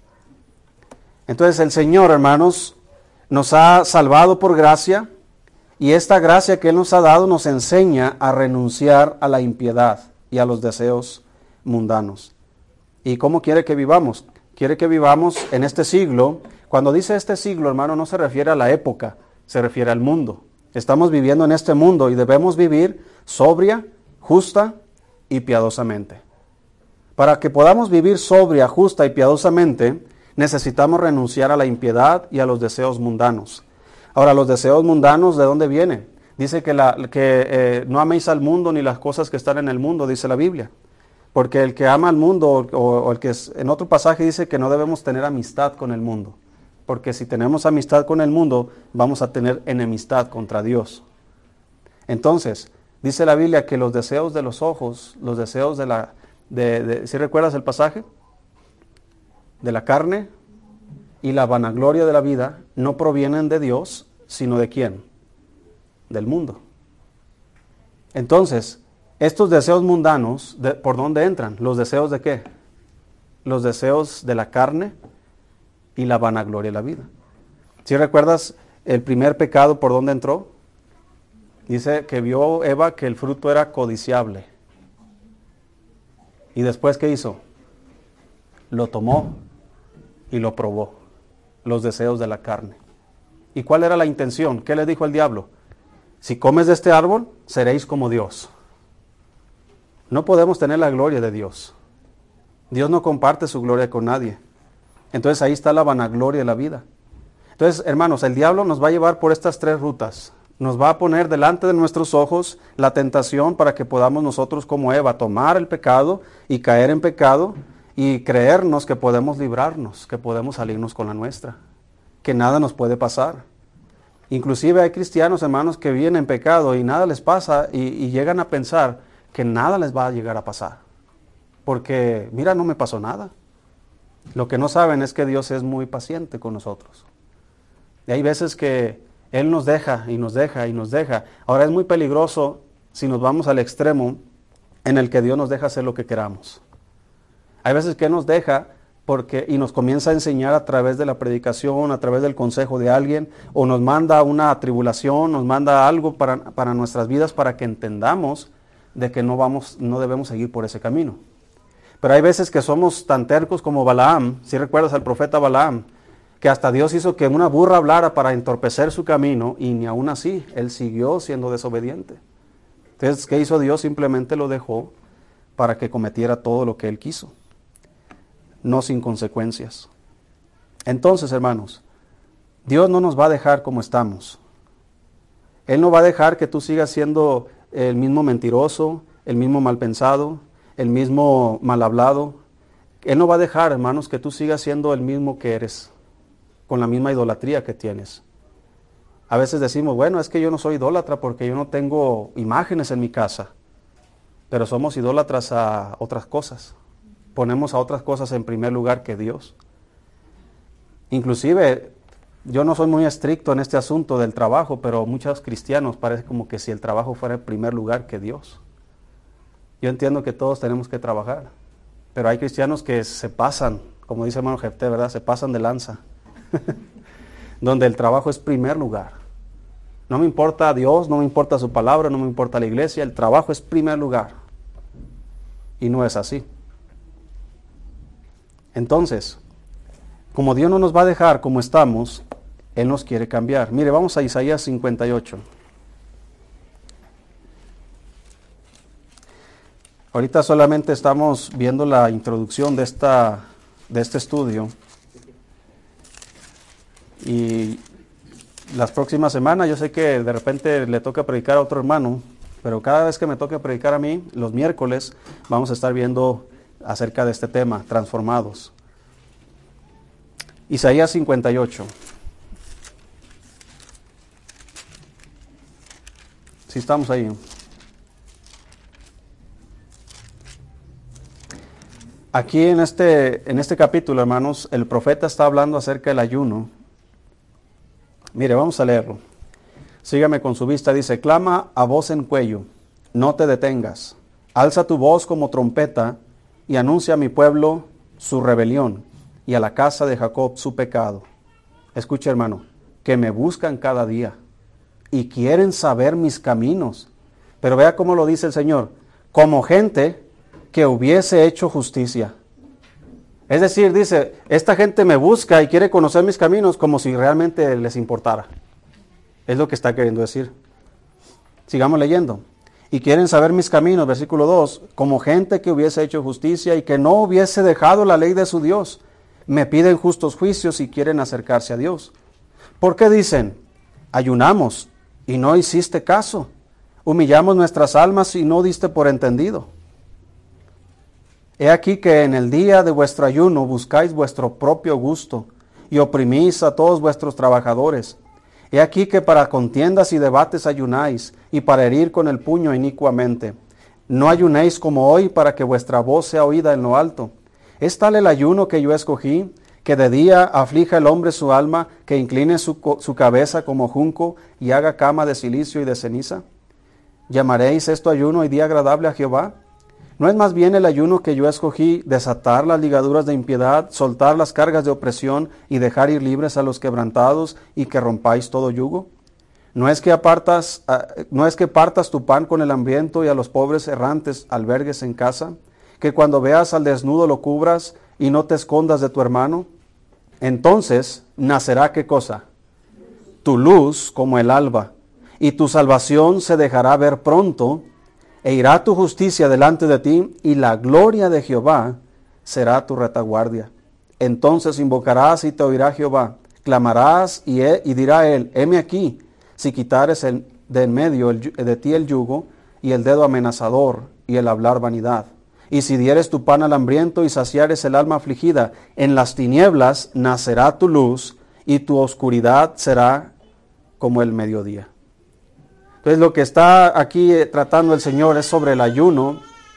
Entonces el Señor, hermanos, nos ha salvado por gracia, y esta gracia que Él nos ha dado nos enseña a renunciar a la impiedad y a los deseos mundanos. ¿Y cómo quiere que vivamos? Quiere que vivamos en este siglo. Cuando dice este siglo, hermano, no se refiere a la época, se refiere al mundo. Estamos viviendo en este mundo y debemos vivir sobria, justa y piadosamente. Para que podamos vivir sobria, justa y piadosamente, necesitamos renunciar a la impiedad y a los deseos mundanos. Ahora, los deseos mundanos, ¿de dónde vienen? Dice que, la, que eh, no améis al mundo ni las cosas que están en el mundo, dice la Biblia. Porque el que ama al mundo, o, o el que es, en otro pasaje dice que no debemos tener amistad con el mundo. Porque si tenemos amistad con el mundo, vamos a tener enemistad contra Dios. Entonces, dice la Biblia que los deseos de los ojos, los deseos de la... De, de, ¿sí recuerdas el pasaje? De la carne y la vanagloria de la vida no provienen de Dios, sino ¿de quién? Del mundo. Entonces, estos deseos mundanos, de, ¿por dónde entran? ¿Los deseos de qué? Los deseos de la carne y la vanagloria de la vida. ¿Sí recuerdas el primer pecado por dónde entró? Dice que vio Eva que el fruto era codiciable. ¿Y después qué hizo? Lo tomó y lo probó. Los deseos de la carne. ¿Y cuál era la intención? ¿Qué le dijo el diablo? Si comes de este árbol, seréis como Dios. No podemos tener la gloria de Dios. Dios no comparte su gloria con nadie. Entonces ahí está la vanagloria de la vida. Entonces, hermanos, el diablo nos va a llevar por estas tres rutas. Nos va a poner delante de nuestros ojos la tentación para que podamos nosotros como Eva tomar el pecado y caer en pecado y creernos que podemos librarnos, que podemos salirnos con la nuestra, que nada nos puede pasar. Inclusive hay cristianos, hermanos, que viven en pecado y nada les pasa y, y llegan a pensar que nada les va a llegar a pasar. Porque, mira, no me pasó nada. Lo que no saben es que Dios es muy paciente con nosotros. Y hay veces que Él nos deja y nos deja y nos deja. Ahora es muy peligroso si nos vamos al extremo en el que Dios nos deja hacer lo que queramos. Hay veces que Él nos deja porque, y nos comienza a enseñar a través de la predicación, a través del consejo de alguien, o nos manda una tribulación, nos manda algo para, para nuestras vidas para que entendamos de que no, vamos, no debemos seguir por ese camino. Pero hay veces que somos tan tercos como Balaam, si recuerdas al profeta Balaam, que hasta Dios hizo que una burra hablara para entorpecer su camino y ni aún así, él siguió siendo desobediente. Entonces, ¿qué hizo Dios? Simplemente lo dejó para que cometiera todo lo que él quiso, no sin consecuencias. Entonces, hermanos, Dios no nos va a dejar como estamos. Él no va a dejar que tú sigas siendo el mismo mentiroso, el mismo mal pensado, el mismo mal hablado. Él no va a dejar, hermanos, que tú sigas siendo el mismo que eres, con la misma idolatría que tienes. A veces decimos, bueno, es que yo no soy idólatra porque yo no tengo imágenes en mi casa. Pero somos idólatras a otras cosas. Ponemos a otras cosas en primer lugar que Dios. Inclusive, yo no soy muy estricto en este asunto del trabajo, pero muchos cristianos parece como que si el trabajo fuera en primer lugar que Dios. Yo entiendo que todos tenemos que trabajar, pero hay cristianos que se pasan, como dice hermano Jefté, ¿verdad? Se pasan de lanza. Donde el trabajo es primer lugar. No me importa Dios, no me importa su palabra, no me importa la iglesia, el trabajo es primer lugar. Y no es así. Entonces, como Dios no nos va a dejar como estamos, Él nos quiere cambiar. Mire, vamos a Isaías cincuenta y ocho. Ahorita solamente estamos viendo la introducción de, esta, de este estudio. Y las próximas semanas, yo sé que de repente le toca predicar a otro hermano, pero cada vez que me toque predicar a mí, los miércoles, vamos a estar viendo acerca de este tema, transformados. Isaías cincuenta y ocho. Sí, estamos ahí. Aquí en este, en este capítulo, hermanos, el profeta está hablando acerca del ayuno. Mire, vamos a leerlo. Sígame con su vista. Dice, clama a voz en cuello, no te detengas. Alza tu voz como trompeta y anuncia a mi pueblo su rebelión y a la casa de Jacob su pecado. Escucha, hermano, que me buscan cada día y quieren saber mis caminos. Pero vea cómo lo dice el Señor, como gente que hubiese hecho justicia. Es decir, dice, esta gente me busca y quiere conocer mis caminos como si realmente les importara. Es lo que está queriendo decir. Sigamos leyendo. Y quieren saber mis caminos, versículo dos, como gente que hubiese hecho justicia y que no hubiese dejado la ley de su Dios. Me piden justos juicios y quieren acercarse a Dios. ¿Por qué dicen? Ayunamos y no hiciste caso. Humillamos nuestras almas y no diste por entendido. He aquí que en el día de vuestro ayuno buscáis vuestro propio gusto y oprimís a todos vuestros trabajadores. He aquí que para contiendas y debates ayunáis y para herir con el puño inicuamente. No ayunéis como hoy para que vuestra voz sea oída en lo alto. ¿Es tal el ayuno que yo escogí, que de día aflija el hombre su alma, que incline su, su cabeza como junco y haga cama de silicio y de ceniza? ¿Llamaréis esto ayuno y día agradable a Jehová? ¿No es más bien el ayuno que yo escogí desatar las ligaduras de impiedad, soltar las cargas de opresión y dejar ir libres a los quebrantados y que rompáis todo yugo? ¿No es que apartas, no es que partas tu pan con el hambriento y a los pobres errantes albergues en casa? ¿Que cuando veas al desnudo lo cubras y no te escondas de tu hermano? Entonces nacerá ¿qué cosa? Tu luz como el alba, y tu salvación se dejará ver pronto, e irá tu justicia delante de ti, y la gloria de Jehová será tu retaguardia. Entonces invocarás y te oirá Jehová, clamarás y, he, y dirá él, heme aquí, si quitares el, de en medio el, de ti el yugo, y el dedo amenazador, y el hablar vanidad. Y si dieres tu pan al hambriento, y saciares el alma afligida, en las tinieblas nacerá tu luz, y tu oscuridad será como el mediodía. Entonces lo que está aquí eh, tratando el Señor es sobre el ayuno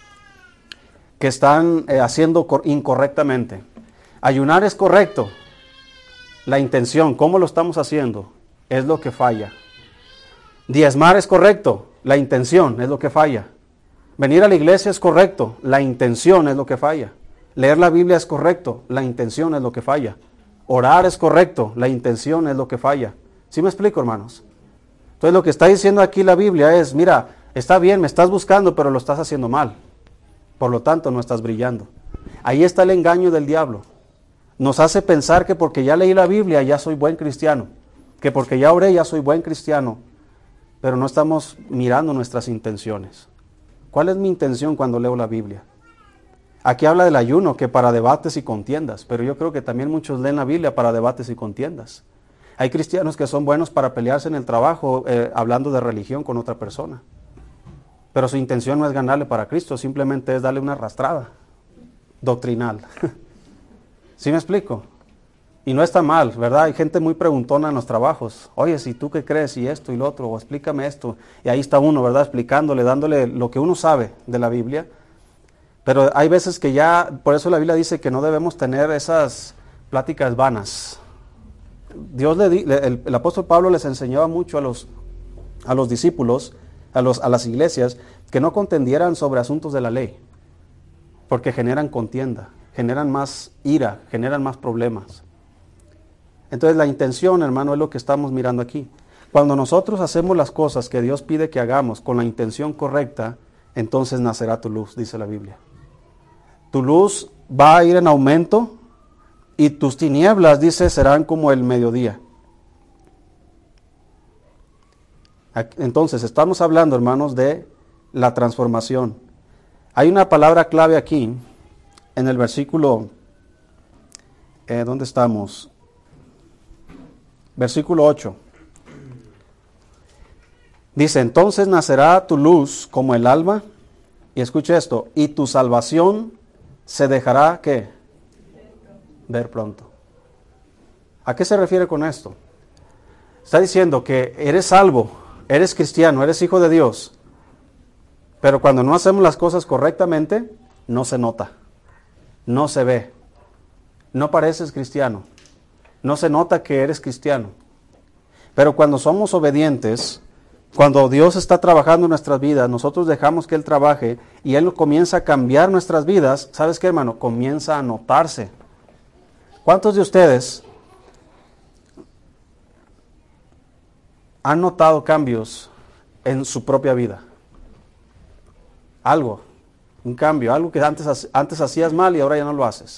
que están eh, haciendo incorrectamente. Ayunar es correcto. La intención, cómo lo estamos haciendo, es lo que falla. Diezmar es correcto. La intención es lo que falla. Venir a la iglesia es correcto. La intención es lo que falla. Leer la Biblia es correcto. La intención es lo que falla. Orar es correcto. La intención es lo que falla. ¿Sí me explico, hermanos? Entonces lo que está diciendo aquí la Biblia es, mira, está bien, me estás buscando, pero lo estás haciendo mal. Por lo tanto, no estás brillando. Ahí está el engaño del diablo. Nos hace pensar que porque ya leí la Biblia ya soy buen cristiano. Que porque ya oré ya soy buen cristiano. Pero no estamos mirando nuestras intenciones. ¿Cuál es mi intención cuando leo la Biblia? Aquí habla del ayuno, que para debates y contiendas. Pero yo creo que también muchos leen la Biblia para debates y contiendas. Hay cristianos que son buenos para pelearse en el trabajo eh, hablando de religión con otra persona. Pero su intención no es ganarle para Cristo, simplemente es darle una arrastrada doctrinal. ¿Sí me explico? Y no está mal, ¿verdad? Hay gente muy preguntona en los trabajos. Oye, si tú qué crees y esto y lo otro, o explícame esto. Y ahí está uno, ¿verdad? Explicándole, dándole lo que uno sabe de la Biblia. Pero hay veces que ya, por eso la Biblia dice que no debemos tener esas pláticas vanas. Dios le, di, el, el apóstol Pablo les enseñaba mucho a los, a los discípulos, a, los, a las iglesias, que no contendieran sobre asuntos de la ley, porque generan contienda, generan más ira, generan más problemas. Entonces la intención, hermano, es lo que estamos mirando aquí. Cuando nosotros hacemos las cosas que Dios pide que hagamos con la intención correcta, entonces nacerá tu luz, dice la Biblia. Tu luz va a ir en aumento y tus tinieblas, dice, serán como el mediodía. Entonces, estamos hablando, hermanos, de la transformación. Hay una palabra clave aquí, en el versículo, eh, ¿dónde estamos? Versículo ocho. Dice, entonces nacerá tu luz como el alba, y escucha esto, y tu salvación se dejará, ¿qué? Ver pronto. ¿A qué se refiere con esto? Está diciendo que eres salvo, eres cristiano, eres hijo de Dios, pero cuando no hacemos las cosas correctamente, no se nota, no se ve, no pareces cristiano, no se nota que eres cristiano. Pero cuando somos obedientes, cuando Dios está trabajando en nuestras vidas, nosotros dejamos que Él trabaje y Él comienza a cambiar nuestras vidas, ¿sabes qué, hermano? Comienza a notarse. ¿Cuántos de ustedes han notado cambios en su propia vida? Algo, un cambio, algo que antes, antes hacías mal y ahora ya no lo haces.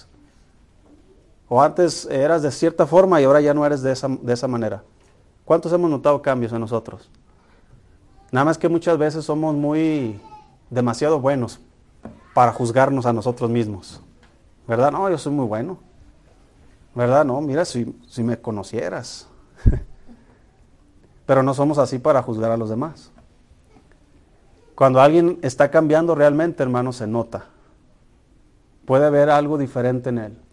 O antes eras de cierta forma y ahora ya no eres de esa, de esa manera. ¿Cuántos hemos notado cambios en nosotros? Nada más que muchas veces somos muy demasiado buenos para juzgarnos a nosotros mismos. ¿Verdad? No, yo soy muy bueno. ¿Verdad? No, mira, si, si me conocieras. Pero no somos así para juzgar a los demás. Cuando alguien está cambiando realmente, hermano, se nota. Puede haber algo diferente en él.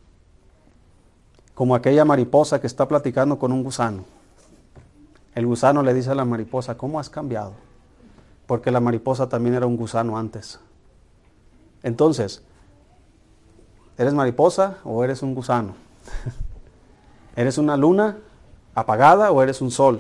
Como aquella mariposa que está platicando con un gusano. El gusano le dice a la mariposa, ¿cómo has cambiado? Porque la mariposa también era un gusano antes. Entonces, ¿eres mariposa o eres un gusano? ¿Eres una luna apagada o eres un sol?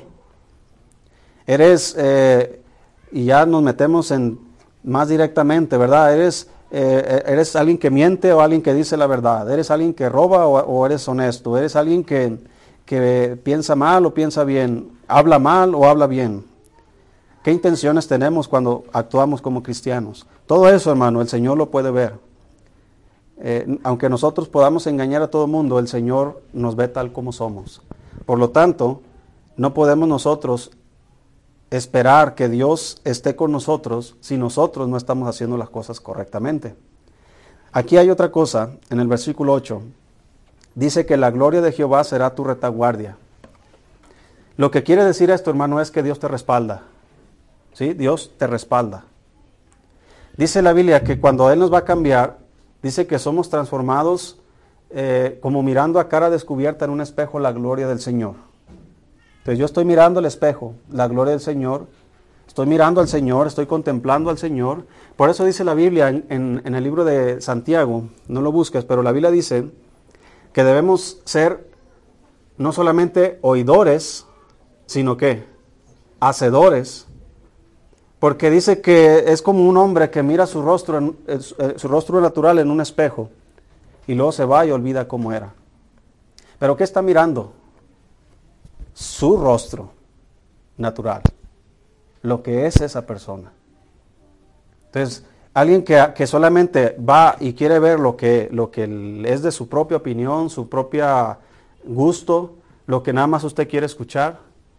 Eres, eh, y ya nos metemos en más directamente, ¿verdad? ¿Eres, eh, eres alguien que miente o alguien que dice la verdad? ¿Eres alguien que roba o, o eres honesto? ¿Eres alguien que, que piensa mal o piensa bien? ¿Habla mal o habla bien? ¿Qué intenciones tenemos cuando actuamos como cristianos? Todo eso, hermano, el Señor lo puede ver. Eh, aunque nosotros podamos engañar a todo el mundo, el Señor nos ve tal como somos. Por lo tanto, no podemos nosotros esperar que Dios esté con nosotros si nosotros no estamos haciendo las cosas correctamente. Aquí hay otra cosa, en el versículo ocho, dice que la gloria de Jehová será tu retaguardia. Lo que quiere decir esto, hermano, es que Dios te respalda. ¿Sí? Dios te respalda. Dice la Biblia que cuando Él nos va a cambiar, dice que somos transformados eh, como mirando a cara descubierta en un espejo la gloria del Señor. Entonces yo estoy mirando el espejo, la gloria del Señor, estoy mirando al Señor, estoy contemplando al Señor. Por eso dice la Biblia en, en, en el libro de Santiago, no lo busques, pero la Biblia dice que debemos ser no solamente oidores, sino que hacedores. Porque dice que es como un hombre que mira su rostro, en, su rostro natural en un espejo y luego se va y olvida cómo era. ¿Pero qué está mirando? Su rostro natural, lo que es esa persona. Entonces, alguien que, que solamente va y quiere ver lo que, lo que es de su propia opinión, su propio gusto, lo que nada más usted quiere escuchar,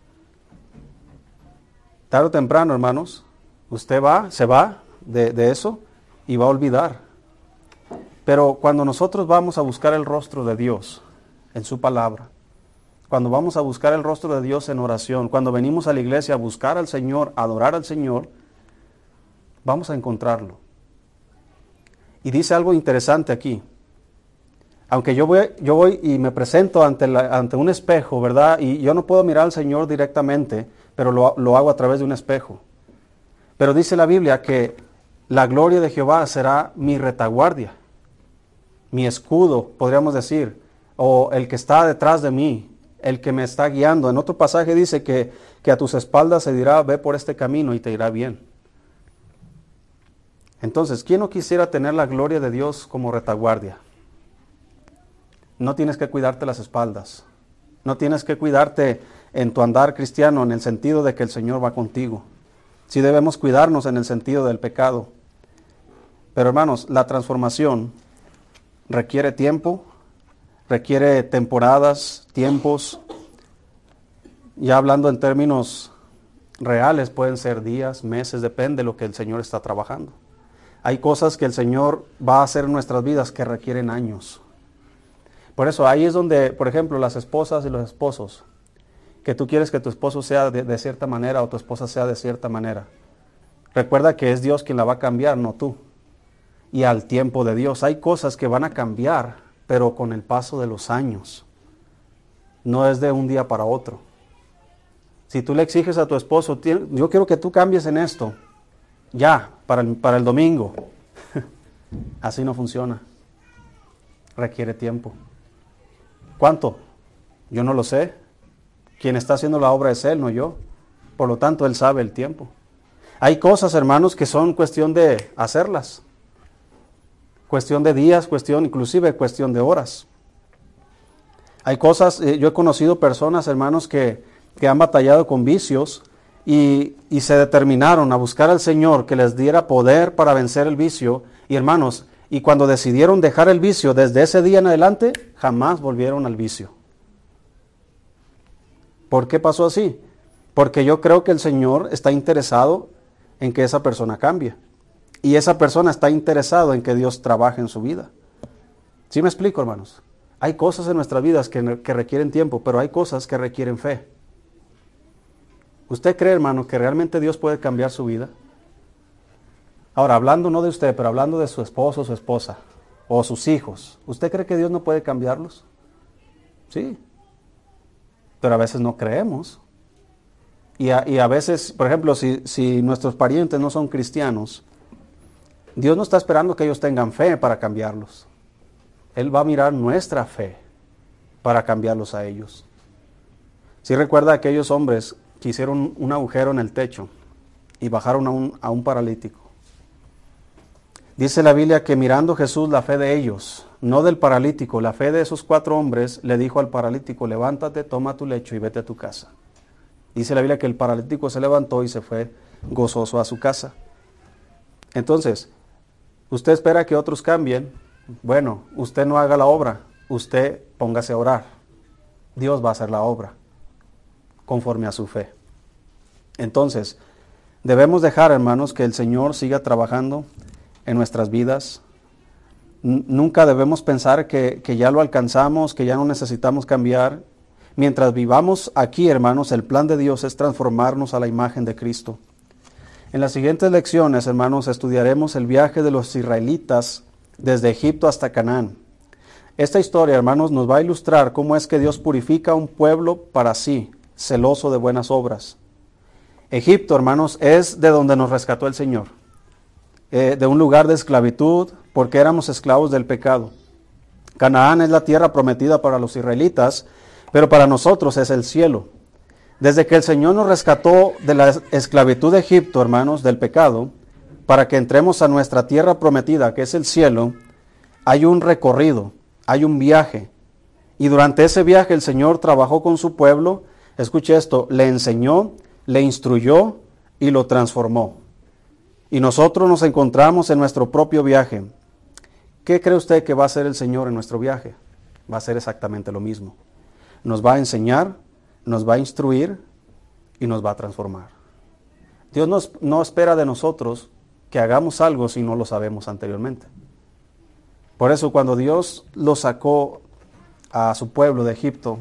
tarde o temprano, hermanos, usted va, se va de, de eso y va a olvidar. Pero cuando nosotros vamos a buscar el rostro de Dios en su palabra, cuando vamos a buscar el rostro de Dios en oración, cuando venimos a la iglesia a buscar al Señor, a adorar al Señor, vamos a encontrarlo. Y dice algo interesante aquí. Aunque yo voy, yo voy y me presento ante, la, ante un espejo, ¿verdad? Y yo no puedo mirar al Señor directamente, pero lo, lo hago a través de un espejo. Pero dice la Biblia que la gloria de Jehová será mi retaguardia, mi escudo, podríamos decir, o el que está detrás de mí, el que me está guiando. En otro pasaje dice que, que a tus espaldas se dirá, ve por este camino y te irá bien. Entonces, ¿quién no quisiera tener la gloria de Dios como retaguardia? No tienes que cuidarte las espaldas. No tienes que cuidarte en tu andar cristiano en el sentido de que el Señor va contigo. Sí debemos cuidarnos en el sentido del pecado. Pero hermanos, la transformación requiere tiempo, requiere temporadas, tiempos. Ya hablando en términos reales, pueden ser días, meses, depende de lo que el Señor está trabajando. Hay cosas que el Señor va a hacer en nuestras vidas que requieren años. Por eso ahí es donde, por ejemplo, las esposas y los esposos, que tú quieres que tu esposo sea de, de cierta manera o tu esposa sea de cierta manera. Recuerda que es Dios quien la va a cambiar, no tú. Y al tiempo de Dios. Hay cosas que van a cambiar, pero con el paso de los años. No es de un día para otro. Si tú le exiges a tu esposo, yo quiero que tú cambies en esto, ya, para el, para el domingo. Así no funciona. Requiere tiempo. ¿Cuánto? Yo no lo sé. Quien está haciendo la obra es Él, no yo. Por lo tanto, Él sabe el tiempo. Hay cosas, hermanos, que son cuestión de hacerlas. Cuestión de días, cuestión, inclusive cuestión de horas. Hay cosas, eh, yo he conocido personas, hermanos, que, que han batallado con vicios y, y se determinaron a buscar al Señor que les diera poder para vencer el vicio. Y hermanos, y cuando decidieron dejar el vicio, desde ese día en adelante, jamás volvieron al vicio. ¿Por qué pasó así? Porque yo creo que el Señor está interesado en que esa persona cambie. Y esa persona está interesado en que Dios trabaje en su vida. ¿Sí me explico, hermanos? Hay cosas en nuestras vidas que, que requieren tiempo, pero hay cosas que requieren fe. ¿Usted cree, hermano, que realmente Dios puede cambiar su vida? Ahora, hablando no de usted, pero hablando de su esposo o su esposa, o sus hijos, ¿usted cree que Dios no puede cambiarlos? Sí. Pero a veces no creemos. Y a, y a veces, por ejemplo, si, si nuestros parientes no son cristianos, Dios no está esperando que ellos tengan fe para cambiarlos. Él va a mirar nuestra fe para cambiarlos a ellos. Si recuerda a aquellos hombres que hicieron un agujero en el techo y bajaron a un, a un paralítico. Dice la Biblia que mirando Jesús la fe de ellos, no del paralítico, la fe de esos cuatro hombres, le dijo al paralítico, levántate, toma tu lecho y vete a tu casa. Dice la Biblia que el paralítico se levantó y se fue gozoso a su casa. Entonces, ¿usted espera que otros cambien? Bueno, usted no haga la obra, usted póngase a orar. Dios va a hacer la obra, conforme a su fe. Entonces, debemos dejar, hermanos, que el Señor siga trabajando en nuestras vidas. Nunca debemos pensar que, que ya lo alcanzamos, que ya no necesitamos cambiar. Mientras vivamos aquí, hermanos, el plan de Dios es transformarnos a la imagen de Cristo. En las siguientes lecciones, hermanos, estudiaremos el viaje de los israelitas desde Egipto hasta Canaán. Esta historia, hermanos, nos va a ilustrar cómo es que Dios purifica a un pueblo para sí, celoso de buenas obras. Egipto, hermanos, es de donde nos rescató el Señor. Eh, de un lugar de esclavitud, porque éramos esclavos del pecado. Canaán es la tierra prometida para los israelitas, pero para nosotros es el cielo. Desde que el Señor nos rescató de la esclavitud de Egipto, hermanos, del pecado, para que entremos a nuestra tierra prometida, que es el cielo, hay un recorrido, hay un viaje. Y durante ese viaje el Señor trabajó con su pueblo, escuche esto, le enseñó, le instruyó y lo transformó. Y nosotros nos encontramos en nuestro propio viaje. ¿Qué cree usted que va a hacer el Señor en nuestro viaje? Va a hacer exactamente lo mismo. Nos va a enseñar, nos va a instruir y nos va a transformar. Dios no, no espera de nosotros que hagamos algo si no lo sabemos anteriormente. Por eso cuando Dios lo sacó a su pueblo de Egipto,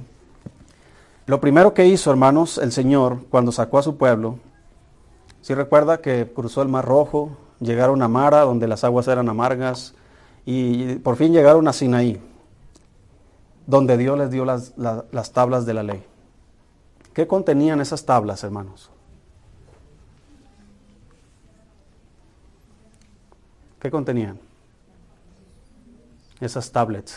lo primero que hizo, hermanos, el Señor, cuando sacó a su pueblo, si recuerda que cruzó el Mar Rojo, llegaron a Mara, donde las aguas eran amargas, y por fin llegaron a Sinaí, donde Dios les dio las, las, las tablas de la ley. ¿Qué contenían esas tablas, hermanos? ¿Qué contenían? Esas tablets.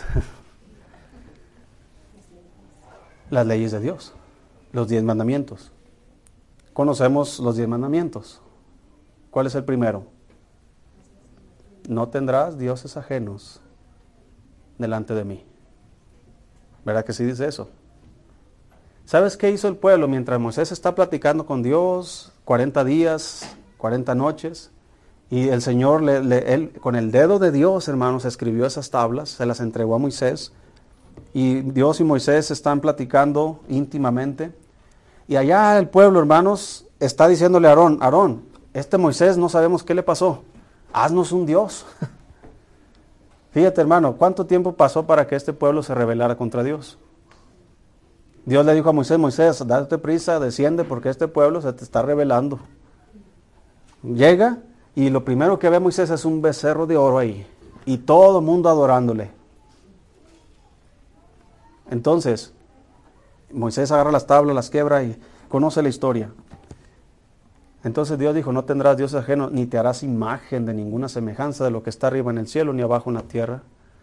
Las leyes de Dios, los diez mandamientos. Conocemos los diez mandamientos. ¿Cuál es el primero? No tendrás dioses ajenos delante de mí. ¿Verdad que sí dice eso? ¿Sabes qué hizo el pueblo mientras Moisés está platicando con Dios? cuarenta días, cuarenta noches. Y el Señor, le, le, él, con el dedo de Dios, hermanos, escribió esas tablas, se las entregó a Moisés. y Dios y Moisés están platicando íntimamente. Y allá el pueblo, hermanos, está diciéndole a Aarón, Aarón, este Moisés no sabemos qué le pasó, haznos un Dios. Fíjate, hermano, ¿cuánto tiempo pasó para que este pueblo se rebelara contra Dios? Dios le dijo a Moisés, Moisés, date prisa, desciende porque este pueblo se te está rebelando. Llega y lo primero que ve Moisés es un becerro de oro ahí y todo el mundo adorándole. Entonces, Moisés agarra las tablas, las quiebra y conoce la historia. Entonces Dios dijo, no tendrás dioses ajenos, ni te harás imagen de ninguna semejanza de lo que está arriba en el cielo, ni abajo en la tierra.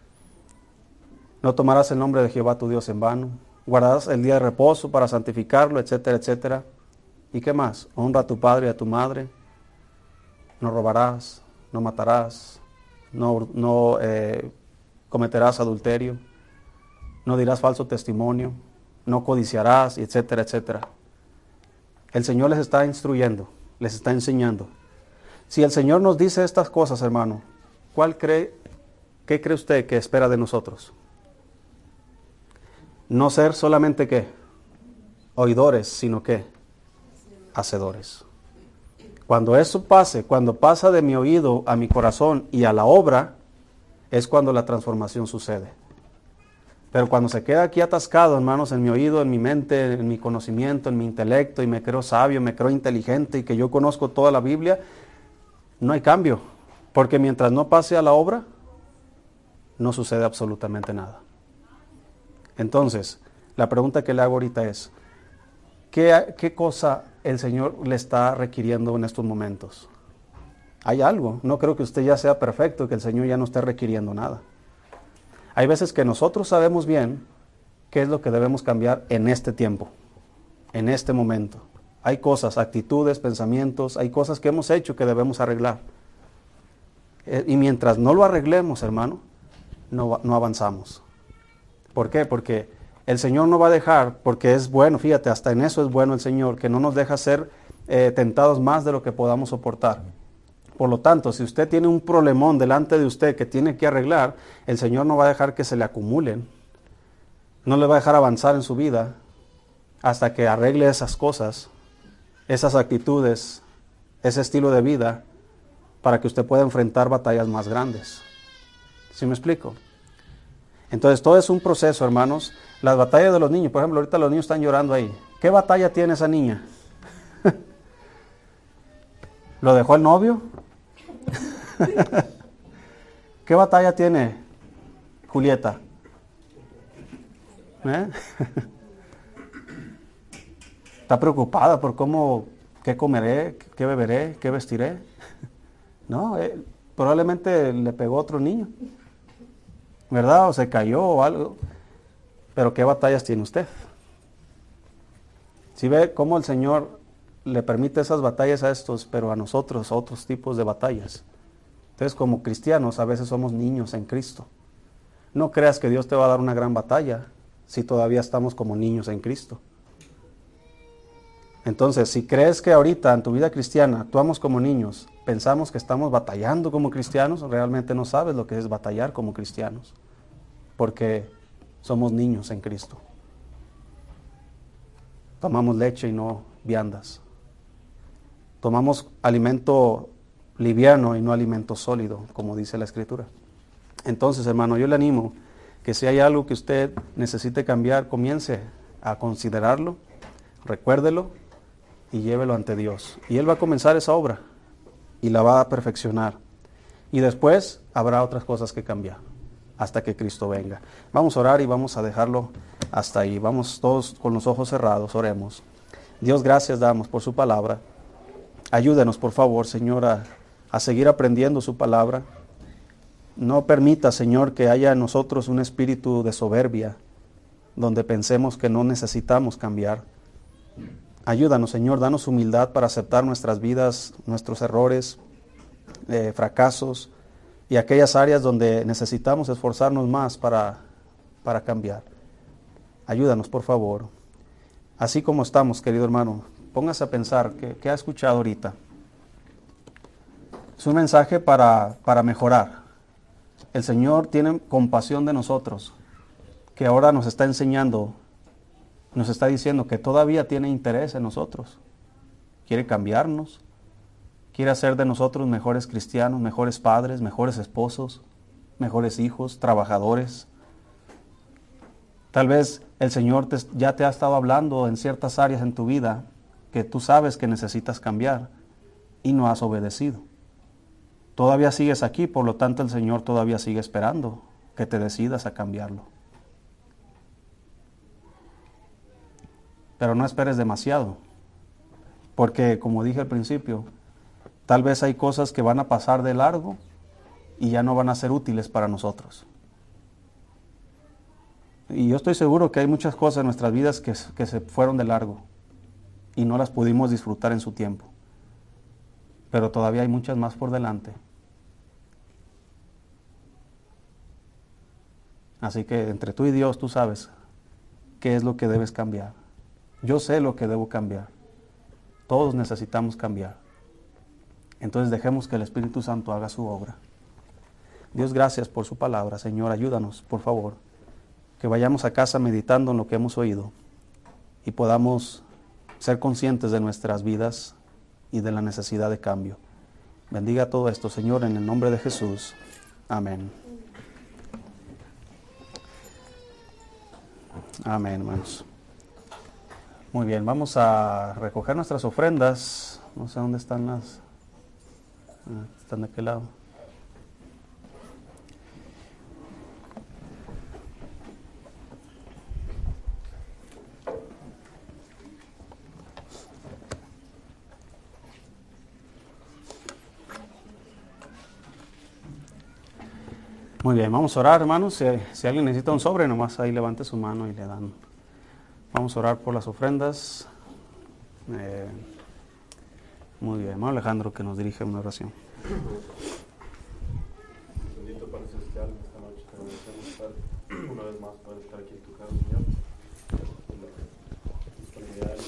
No tomarás el nombre de Jehová tu Dios en vano. Guardarás el día de reposo para santificarlo, etcétera, etcétera. ¿Y qué más? Honra a tu padre y a tu madre. No robarás, no matarás, no, no eh, cometerás adulterio, no dirás falso testimonio, no codiciarás, etcétera, etcétera. El Señor les está instruyendo, les está enseñando. Si el Señor nos dice estas cosas, hermano, ¿cuál cree, qué cree usted que espera de nosotros? No ser solamente ¿qué? Oidores, sino ¿qué? Hacedores. Cuando eso pase, cuando pasa de mi oído a mi corazón y a la obra, es cuando la transformación sucede. Pero cuando se queda aquí atascado, hermanos, en mi oído, en mi mente, en mi conocimiento, en mi intelecto, y me creo sabio, me creo inteligente y que yo conozco toda la Biblia, no hay cambio. Porque mientras no pase a la obra, no sucede absolutamente nada. Entonces, la pregunta que le hago ahorita es, ¿qué, qué cosa el Señor le está requiriendo en estos momentos? Hay algo. No creo que usted ya sea perfecto, que el Señor ya no esté requiriendo nada. Hay veces que nosotros sabemos bien qué es lo que debemos cambiar en este tiempo, en este momento. Hay cosas, actitudes, pensamientos, hay cosas que hemos hecho que debemos arreglar. Eh, y mientras no lo arreglemos, hermano, no, no avanzamos. ¿Por qué? Porque el Señor no va a dejar, porque es bueno, fíjate, hasta en eso es bueno el Señor, que no nos deja ser eh, tentados más de lo que podamos soportar. Por lo tanto, si usted tiene un problemón delante de usted que tiene que arreglar, el Señor no va a dejar que se le acumulen. No le va a dejar avanzar en su vida hasta que arregle esas cosas, esas actitudes, ese estilo de vida, para que usted pueda enfrentar batallas más grandes. ¿Sí me explico? Entonces, todo es un proceso, hermanos. Las batallas de los niños, por ejemplo, ahorita los niños están llorando ahí. ¿Qué batalla tiene esa niña? ¿Lo dejó el novio? ¿Qué batalla tiene Julieta? ¿Eh? ¿Está preocupada por cómo, qué comeré, qué beberé, qué vestiré? No, eh, probablemente le pegó otro niño, ¿verdad? O se cayó o algo. Pero ¿qué batallas tiene usted? Si ve cómo el Señor le permite esas batallas a estos, pero a nosotros otros tipos de batallas. Entonces, como cristianos, a veces somos niños en Cristo. No creas que Dios te va a dar una gran batalla si todavía estamos como niños en Cristo. Entonces, si crees que ahorita en tu vida cristiana actuamos como niños, pensamos que estamos batallando como cristianos, realmente no sabes lo que es batallar como cristianos, porque somos niños en Cristo. Tomamos leche y no viandas. Tomamos alimento liviano y no alimento sólido, como dice la Escritura. Entonces, hermano, yo le animo que si hay algo que usted necesite cambiar, comience a considerarlo, recuérdelo y llévelo ante Dios. Y Él va a comenzar esa obra y la va a perfeccionar. Y después habrá otras cosas que cambiar hasta que Cristo venga. Vamos a orar y vamos a dejarlo hasta ahí. Vamos todos con los ojos cerrados, oremos. Dios, gracias damos por su palabra. Ayúdanos, por favor, Señor, a, a seguir aprendiendo su palabra. No permita, Señor, que haya en nosotros un espíritu de soberbia, donde pensemos que no necesitamos cambiar. Ayúdanos, Señor, danos humildad para aceptar nuestras vidas, nuestros errores, eh, fracasos y aquellas áreas donde necesitamos esforzarnos más para, para cambiar. Ayúdanos, por favor. Así como estamos, querido hermano, póngase a pensar, ¿qué, qué ha escuchado ahorita? Es un mensaje para, para mejorar. El Señor tiene compasión de nosotros. que ahora nos está enseñando, nos está diciendo que todavía tiene interés en nosotros. Quiere cambiarnos, quiere hacer de nosotros mejores cristianos, mejores padres, mejores esposos, mejores hijos, trabajadores. Tal vez el Señor te, ya te ha estado hablando en ciertas áreas en tu vida que tú sabes que necesitas cambiar y no has obedecido. Todavía sigues aquí, por lo tanto el Señor todavía sigue esperando que te decidas a cambiarlo. Pero no esperes demasiado, porque como dije al principio, tal vez hay cosas que van a pasar de largo y ya no van a ser útiles para nosotros. Y yo estoy seguro que hay muchas cosas en nuestras vidas que, que se fueron de largo y no las pudimos disfrutar en su tiempo. Pero todavía hay muchas más por delante. Así que entre tú y Dios tú sabes qué es lo que debes cambiar. Yo sé lo que debo cambiar. Todos necesitamos cambiar. Entonces dejemos que el Espíritu Santo haga su obra. Dios, gracias por su palabra. Señor, ayúdanos, por favor, que vayamos a casa meditando en lo que hemos oído y podamos ser conscientes de nuestras vidas y de la necesidad de cambio. Bendiga todo esto, Señor, en el nombre de Jesús. Amén. Amén, hermanos. Muy bien, vamos a recoger nuestras ofrendas. No sé dónde están las... Están de aquel lado. Muy bien, vamos a orar, hermanos. Si, si alguien necesita un sobre, nomás ahí levante su mano y le dan. Vamos a orar por las ofrendas. Eh, muy bien, hermano Alejandro, que nos dirige una oración. Bendito Padre Celestial, esta noche te agradecemos estar una vez más poder estar aquí en tu casa, Señor. La disponibilidad